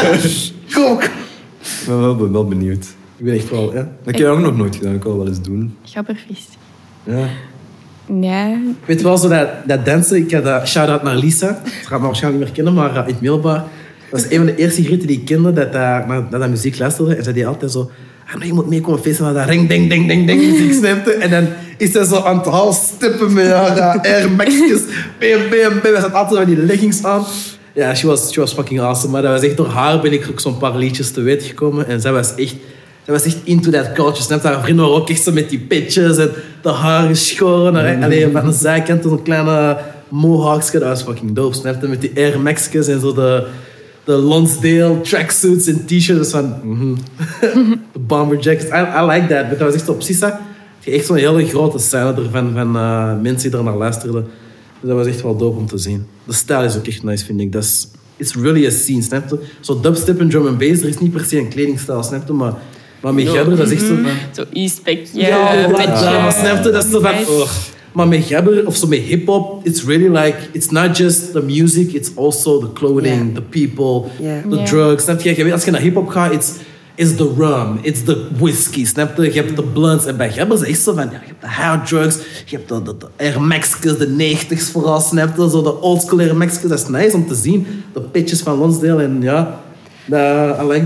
Kom. Ik ben wel, wel benieuwd. Ik ben echt wel, ja. Dat heb je ook nog nooit gedaan. Ik wil wel eens doen. Gabberfeest. Ja. Ja. Ik weet wel zo dat, dat dansen. Ik had dat shout-out naar Lisa. Ze gaat me waarschijnlijk niet meer kennen, maar uh, in het middelbaar. Dat was een van de eerste grieten die ik kende dat dat, naar, dat, dat muziek luisterde. En zij deed altijd zo... Ah, nee, je moet meekomen feesten naar dat ring, ding, ding, ding, ding muziek snapte. En dan is zij zo aan het halstippen met haar uh, Air Max'jes. Bam, bam, bam. Ze had altijd van die leggings aan. Ja, she was, she was fucking awesome. Maar dat was echt door haar ben ik ook zo'n paar liedjes te weten gekomen. En zij was echt... Zij was echt into that culture. Snap je? Haar vrienden waren ook echt zo met die pitjes en de haar geschoren. En alleen van de zijkant zo'n kleine mohawksje. Dat was fucking dope. Snap je? Met die Air Max'jes en zo de, de Lonsdale tracksuits en t-shirts. Van, mhm. De bomber jackets. I, I like that. Maar dat was echt op Sissa. Echt zo'n hele grote scène ervan van uh, mensen die er naar luisterden. Dus dat was echt wel dope om te zien. De stijl is ook echt nice, vind ik. Dat is... It's really a scene, snap je? Zo dubstep en drum and bass, er is niet per se een kledingstijl, snap je? Maar, maar met Gabber, dat is echt zo van... Zo e-spec. Ja, Ja, voilà, petje. ja, snap je? Dat is zo van... Nice. ugh. Maar met Gabber, of zo met hip-hop, it's really like... It's not just the music, it's also the clothing, Ja. the people, Ja. the Ja. drugs. Snap je? Je weet, als je naar hip-hop gaat, it's... It's the rum, it's the whisky, snap je? Je hebt de blunts. En bij Gabber is het echt zo van... Ja, je hebt de hard drugs, je hebt de, de, de Air Max'jes, de negentigs vooral, snap je? Zo de oldschool Air Max'jes, dat is nice om te zien. De pitches van Lonsdale en ja... dat- I like that.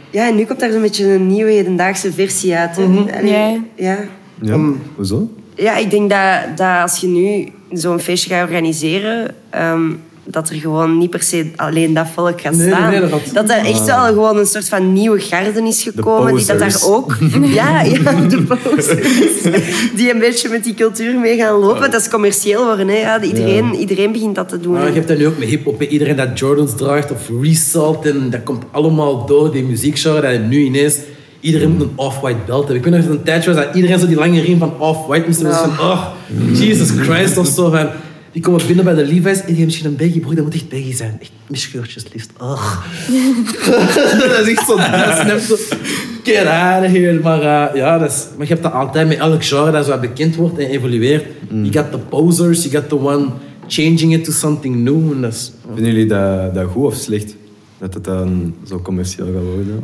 Ja, en nu komt daar zo'n beetje een nieuwe hedendaagse versie uit. Hè. Mm-hmm. Allee, Ja. ja. Ja, Um, hoezo? Ja, ik denk dat, dat als je nu zo'n feestje gaat organiseren... Um, dat er gewoon niet per se alleen dat volk gaat Nee, staan. nee, dat gaat- dat er echt wel gewoon een soort van nieuwe garde is gekomen. Die dat daar posers. ook... Ja, ja, de posers. Die een beetje met die cultuur mee gaan lopen. Dat is commercieel worden. Hè. Ja, iedereen, iedereen begint dat te doen. Maar hè. je hebt dat nu ook met hip-hop. hè. Iedereen dat Jordans draagt of Result. En dat komt allemaal door die muziekgenre. Dat nu ineens... Iedereen moet een off-white belt hebben. Ik weet nog dat het een tijdje was dat iedereen zo die lange riem van off-white moest hebben. Dus van, oh, Jesus Christ of zo. Van, die komen binnen bij de Levi's en die hebben misschien een baggy broek. Dat moet echt baggy zijn. Echt misscheurtjes liefst. Oh. Dat is echt zo... Dat is zo... Get out of here. Maar, uh, ja, dat is, maar je hebt dat altijd met elk genre dat zo bekend wordt en evolueert. You got the posers, you got the one changing it to something new. En dat is, Vinden jullie dat, dat goed of slecht? Dat het dan zo commercieel gaat worden?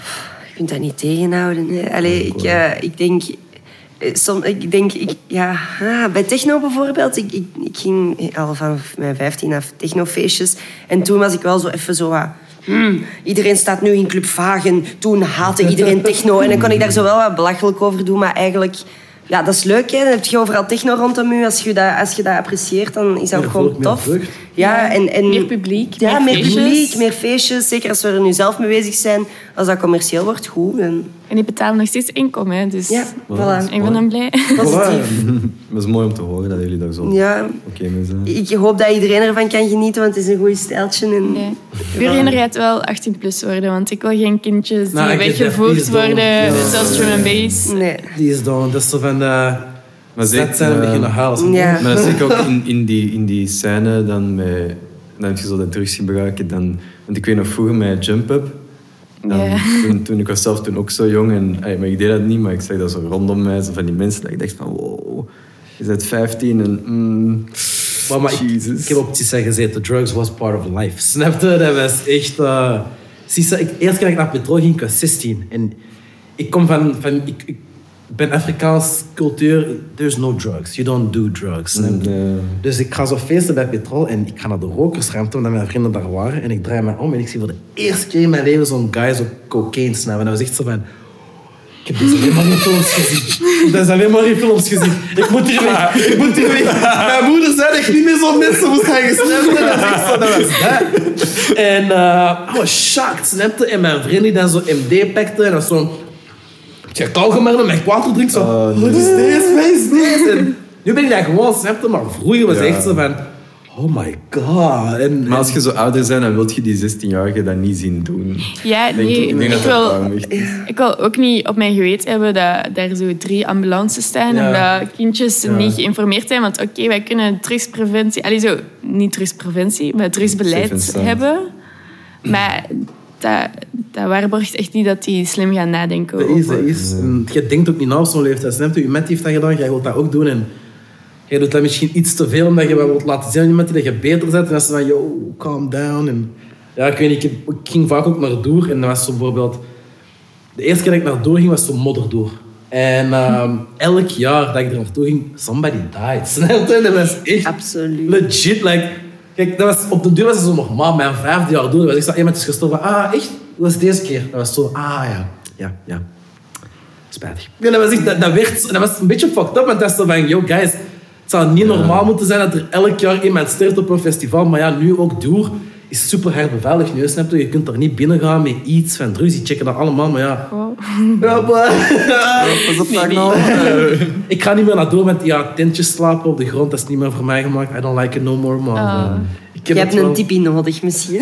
Je kunt dat niet tegenhouden. Hè. Allee, ik, uh, ik denk... eh, Som, ik denk, ik, ja, ah, bij techno bijvoorbeeld, ik, ik, ik ging al vanaf mijn vijftien af technofeestjes. En toen was ik wel zo even zo wat... Hmm, iedereen staat nu in Club Vagen. Toen haatte iedereen techno. En dan kon ik daar zo wel wat belachelijk over doen. Maar eigenlijk, ja, dat is leuk. Hè. Dan heb je overal techno rondom je. Als je dat, als je dat apprecieert, dan is dat Meer ook gewoon volk, meer tof. vreugd. Ja, en, en, Meer publiek, Ja, meer meer feestjes. publiek, meer feestjes. Zeker als we er nu zelf mee bezig zijn. Als dat commercieel wordt, goed. En, En die betalen nog steeds inkomen, hè, dus ja, voilà. ik ben dan blij. Positief. Dat is mooi om te horen dat jullie daar zo Ja. oké mee zijn. Ik hoop dat iedereen ervan kan genieten, want het is een goed stijltje. En... Nee. Buren gaat wel achttien plus worden, want ik wil geen kindjes die Nou, ik heb weggevoerd dat- die is worden, dom. zoals drum and bass. Nee. Die is dan, dat is zo van de... Maar Zet zijn en eh, beginnen halen. Ja. Maar dat zie ik ook in, in, die, in die scène dan met... Dan heb je zo dat drugsgebruiken. Dan, want ik weet nog vroeger met Jump Up. Dan, Ja. toen, toen, ik was zelf toen ook zo jong. En, ey, maar ik deed dat niet, maar ik zag dat zo rondom mij. Zo van die mensen. Dat ik dacht van, wow. Je bent vijftien en... Mm, Maar, maar ik, Jesus. ik heb op Tissa gezeten, drugs was part of life. Snapte? Dat was echt... Uh, Tissa, ik, eerst keer dat ik naar Petrol ging, ik was zestien. En ik kom van... van ik, ik ben Afrikaans cultuur, there's no drugs. You don't do drugs. snapte? Ja. Dus ik ga zo feesten bij Petrol en ik ga naar de rokersruimte, omdat mijn vrienden daar waren. En ik draai me om en ik zie voor de eerste keer in mijn leven zo'n guy zo cocaine snappen. En dat was echt zo van... Ik heb dit alleen maar in films gezien. Dat is alleen maar in films gezien. Ik moet hier weg. Ik moet hier weg. Mijn moeder zei dat ik niet meer zo'n mensen moest gaan gesnapt. Dat was echt zo, dat was dat. En uh, I was shocked, snapte. En mijn vriend die dan zo M D pakte en dan zo... Ik zeg, kalm maar met mijn kwaad drink zo. Oh, nee. Wat is deze? Wat is deze? En nu ben ik dat gewoon, snapte. Maar vroeger was het Ja. echt zo van... Oh my god. En, Maar als je zo ouder bent, dan wil je die zestienjarigen dat niet zien doen. Ja, Ik denk, nee, ik denk ik dat dat wil, daarom echt is. ik wil ook niet op mijn geweten hebben dat daar zo drie ambulances staan Ja. en dat kindjes Ja. niet geïnformeerd zijn. Want oké, wij kunnen drugspreventie... Allee, zo, niet drugspreventie, maar drugsbeleid Safe and sound. hebben. Maar dat, dat waarborgt echt niet dat die slim gaan nadenken Dat is, over... dat is. En je denkt ook niet na op zo'n leeftijd. Snap je? Je met heeft dat gedaan, jij wilt dat ook doen. En jij doet dat misschien iets te veel, omdat je wel wilt laten zien aan iemand die dat je beter bent. En dan is het van, yo, calm down. En ja, ik weet niet, ik, heb- ik ging vaak ook naar Doer. En dat was zo bijvoorbeeld... De eerste keer dat ik naar Doer ging, was zo modderdoor. En ehm, elk jaar dat ik er naartoe ging, somebody died. Snap je? Dat was echt Absoluut. legit. Like, kijk, dat was, op de duur was het zo nog maar mijn vijfde jaar door. Was ik zo, iemand is gestorven. Ah, echt? Dat was deze keer. Dat was zo, ah ja, ja, ja. Spijtig. Ja, dat, was echt, dat, dat, werd, zo- dat was een beetje fucked up, want dat is zo van, yo guys, het zou niet normaal moeten zijn dat er elk jaar iemand sterft op een festival, maar ja, nu ook Doer is super hard beveiligd. Nu, snap je? Je kunt er niet binnen gaan met iets van drugs, die checken dat allemaal, maar ja... Wow. Ja, maar... Pas op, dag nou. Ik ga niet meer naar Doer met ja, tentjes slapen op de grond, dat is niet meer voor mij gemaakt. I don't like it no more, maar... Ah. eh, ik Je heb hebt het een wel- tippie nodig, misschien.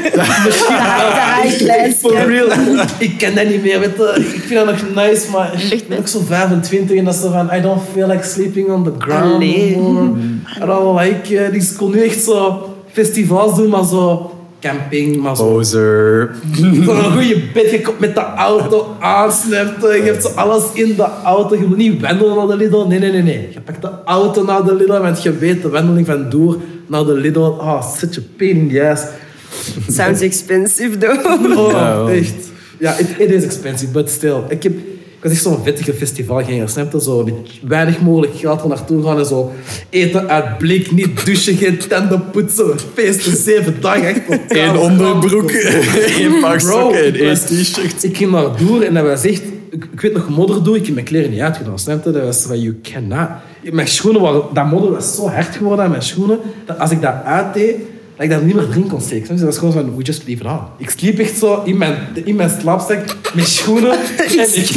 For real. Ik ken dat niet meer. Weet je. Ik vind dat nog nice, maar ik ben ook zo vijfentwintig en dat is zo van... I don't feel like sleeping on the ground Allee. no more. I don't like... eh, die kon nu echt zo festivals doen, maar zo camping, maar zo... Poser. Zo'n goede bed, je komt met de auto aansnapt, je hebt zo alles in de auto. Je moet niet wandelen naar de Lidl. Nee, nee, nee, nee. Je pakt de auto naar de Lidl, want je weet de wandeling van Doer naar de Lidl. Oh, such a pain in the ass. Sounds expensive, though. Oh, Ja, wel. echt. Ja, it, it is expensive, but still. Ik heb Ik was echt zo'n vettige festivalganger, snap je? Zo met weinig mogelijk geld er naartoe gaan en zo eten uit blik, niet douchen, geen tanden poetsen, feesten zeven dagen echt. Eén onderbroek, één pak sokken en één t-shirt. Ik ging daar door en dat was echt... Ik, ik weet nog, modderdoe, ik heb mijn kleren niet uitgedaan, snap je? Dat was van, you cannot. Mijn schoenen waren... Dat modder was zo hard geworden aan mijn schoenen, dat als ik dat uitdeed, dat ik daar niet meer erin kon steken. Dus dat was gewoon van, we just leave it on. Ik sliep echt zo in mijn, in mijn slaapzak met schoenen. en, ik,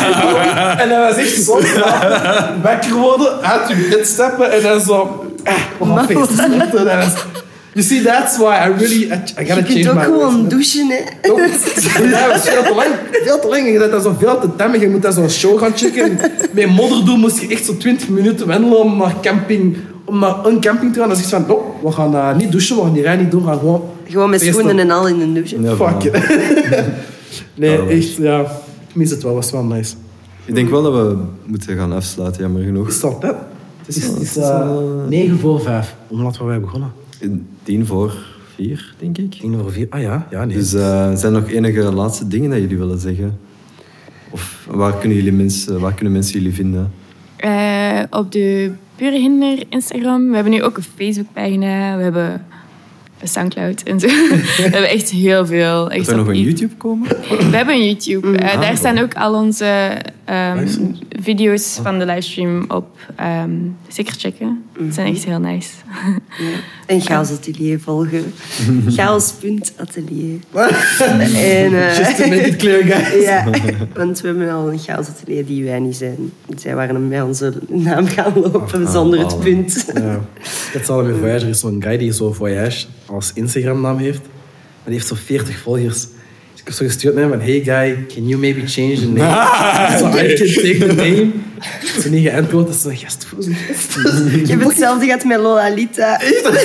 en dat was echt zo wakker worden, uit je bed stappen en dan zo... Ah, we gaan feesten. Dat was... You see, that's why I really... I, I gotta change my... Je kunt ook gewoon douchen, hè. Oh, dat was veel te lang. Veel te lang. Je dat zo veel te dammig. Je moet dat zo'n show gaan checken. Met modder doen moest je echt zo twintig minuten wandelen om naar camping... Om naar een camping te gaan. Dan zeg je van, oh, we gaan uh, niet douchen, we gaan die rij niet doen, we gaan gewoon... Gewoon met feesten. schoenen en al in een douche. Ja, Fuck it. Nee, Oh, echt, ja. Ik mis het wel, was wel nice. Ik denk wel dat we moeten gaan afsluiten, jammer genoeg. Is dat dat? Het is, het is uh, negen voor vijf. Hoe laat waren wij begonnen? Tien voor vier, denk ik. Tien voor vier. Ah ja, ja nee. Dus uh, zijn er nog enige laatste dingen dat jullie willen zeggen? Of waar kunnen, jullie mensen, waar kunnen mensen jullie vinden? Uh, op de Burenhinder Instagram. We hebben nu ook een Facebookpagina. We hebben een Soundcloud en zo. We hebben echt heel veel. Echt Gaat er nog op een i- YouTube komen? We hebben een YouTube. Uh, Ah, daar staan cool. ook al onze um, video's van de livestream op. Um, zeker checken. Ze zijn echt heel nice. En Chaos Atelier volgen. Chaos punt atelier. En, uh, Just to make it clear, guys. ja, want we hebben al een Chaos Atelier die wij niet zijn. Zij waren bij onze naam gaan lopen Ah, zonder het balen. punt. Ja. Hetzelfde met Voyage. Er is zo'n guy die zo Voyage als Instagram-naam heeft. Maar die heeft zo veertig volgers. Dus ik heb zo gestuurd naar hem van, hey guy, can you maybe change the name? So I can take the name. Ze is niet geantwoord. Dat is zo, gast, voel zich gast. Ik heb hetzelfde gehad met Lolalita.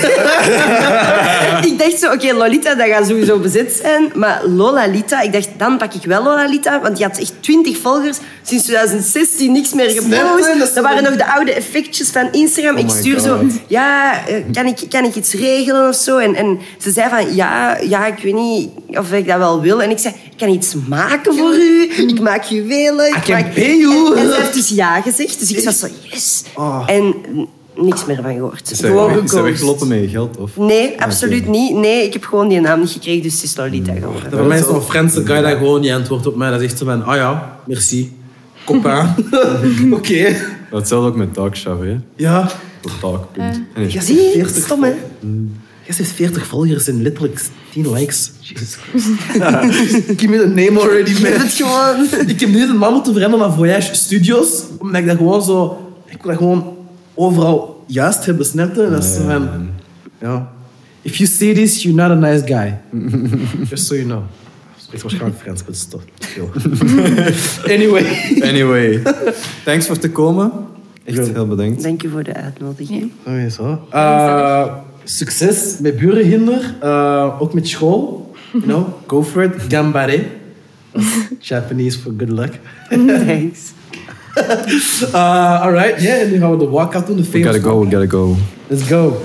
Ik dacht zo, oké, okay, Lolita, dat gaat sowieso bezet zijn. Maar Lolalita, ik dacht, dan pak ik wel Lolalita. Want die had echt twintig volgers. Sinds twintig zestien niks meer Snap je? Dat gepost. is Dat waren nog de oude effectjes van Instagram. Oh ik my stuur zo, God. ja, eh, kan ik, kan ik iets regelen of zo? En, en ze zei van, ja, ja, ik weet niet of ik dat wel wil. En ik zei, ik kan iets maken voor u. Ik maak juwelen. Ik I can maak... pay you. En, en ze heeft dus ja gezegd. Dus ik was zo, yes. Oh. En niks meer van gehoord. Is hij Gewoon weg- is hij geghost. weggelopen met je geld? Of? Nee, absoluut Oké. niet. Nee, ik heb gewoon die naam niet gekregen, dus het is Lolita geworden. Voor mij is zo'n Franse guy dat gewoon niet antwoordt op mij. Dat zegt ze van, ah ja, merci. Copain. Oké. Okay. Hetzelfde ook met Talkshow, hè? Ja. Tot talkpunt. Nee. Gast Zie heeft je? veertig Stom, hè? Gast heeft veertig volgers en letterlijk tien likes. Jesus Christ. Give me the name already, Je hebt man. het gewoon... Ik heb nu een naam moeten veranderen naar Voyage Studios. Omdat ik dat gewoon zo... Ik wil dat gewoon overal juist hebben, snap je? Dat is zo van... Ja. If you see this, you're not a nice guy. Just so you know. Spreekt waarschijnlijk Frans, maar het is toch... Anyway. Anyway, thanks voor te komen. Echt heel bedankt. Dank je voor de uitnodiging. Oké, zo. Uh, succes met Burenhinder. Uh, ook met school. You know, go for it. Gambare. Japanese for good luck. Thanks. Uh, alright, yeah. En nu gaan we de walkout doen. De We gotta go, we gotta go. Let's go.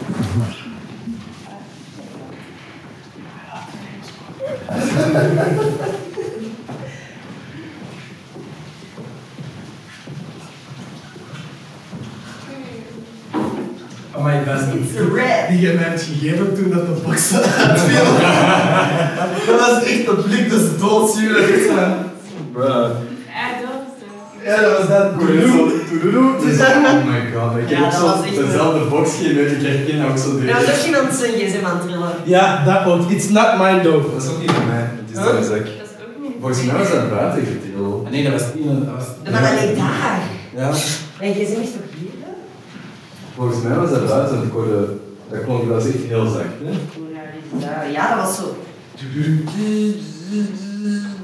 Oh my god. It's red. Die je mij hebt gegeven toen dat de box uitviel. Dat was echt een blik, dat is doodzuur. Dat is zo... Bruh. Ja, dat was dat. Oh my god, ik Ja, heb ook dat zo was echt dezelfde box gegeven. Ik herken ook zo Er de... was ook iemand zijn gsm aan het trillen. Ja, dat ook. It's not mine though. Dat is ook niet van mij. Het is daar zak. Volgens mij was dat buiten getild. Nee, dat was niet een... Dat was... Maar dat ligt daar. Ja. Mijn gsm is toch hier? Volgens mij was dat buiten. Ik hoorde... Dat klonk dat is echt heel zacht. Hè? Ja, ja, dat was zo.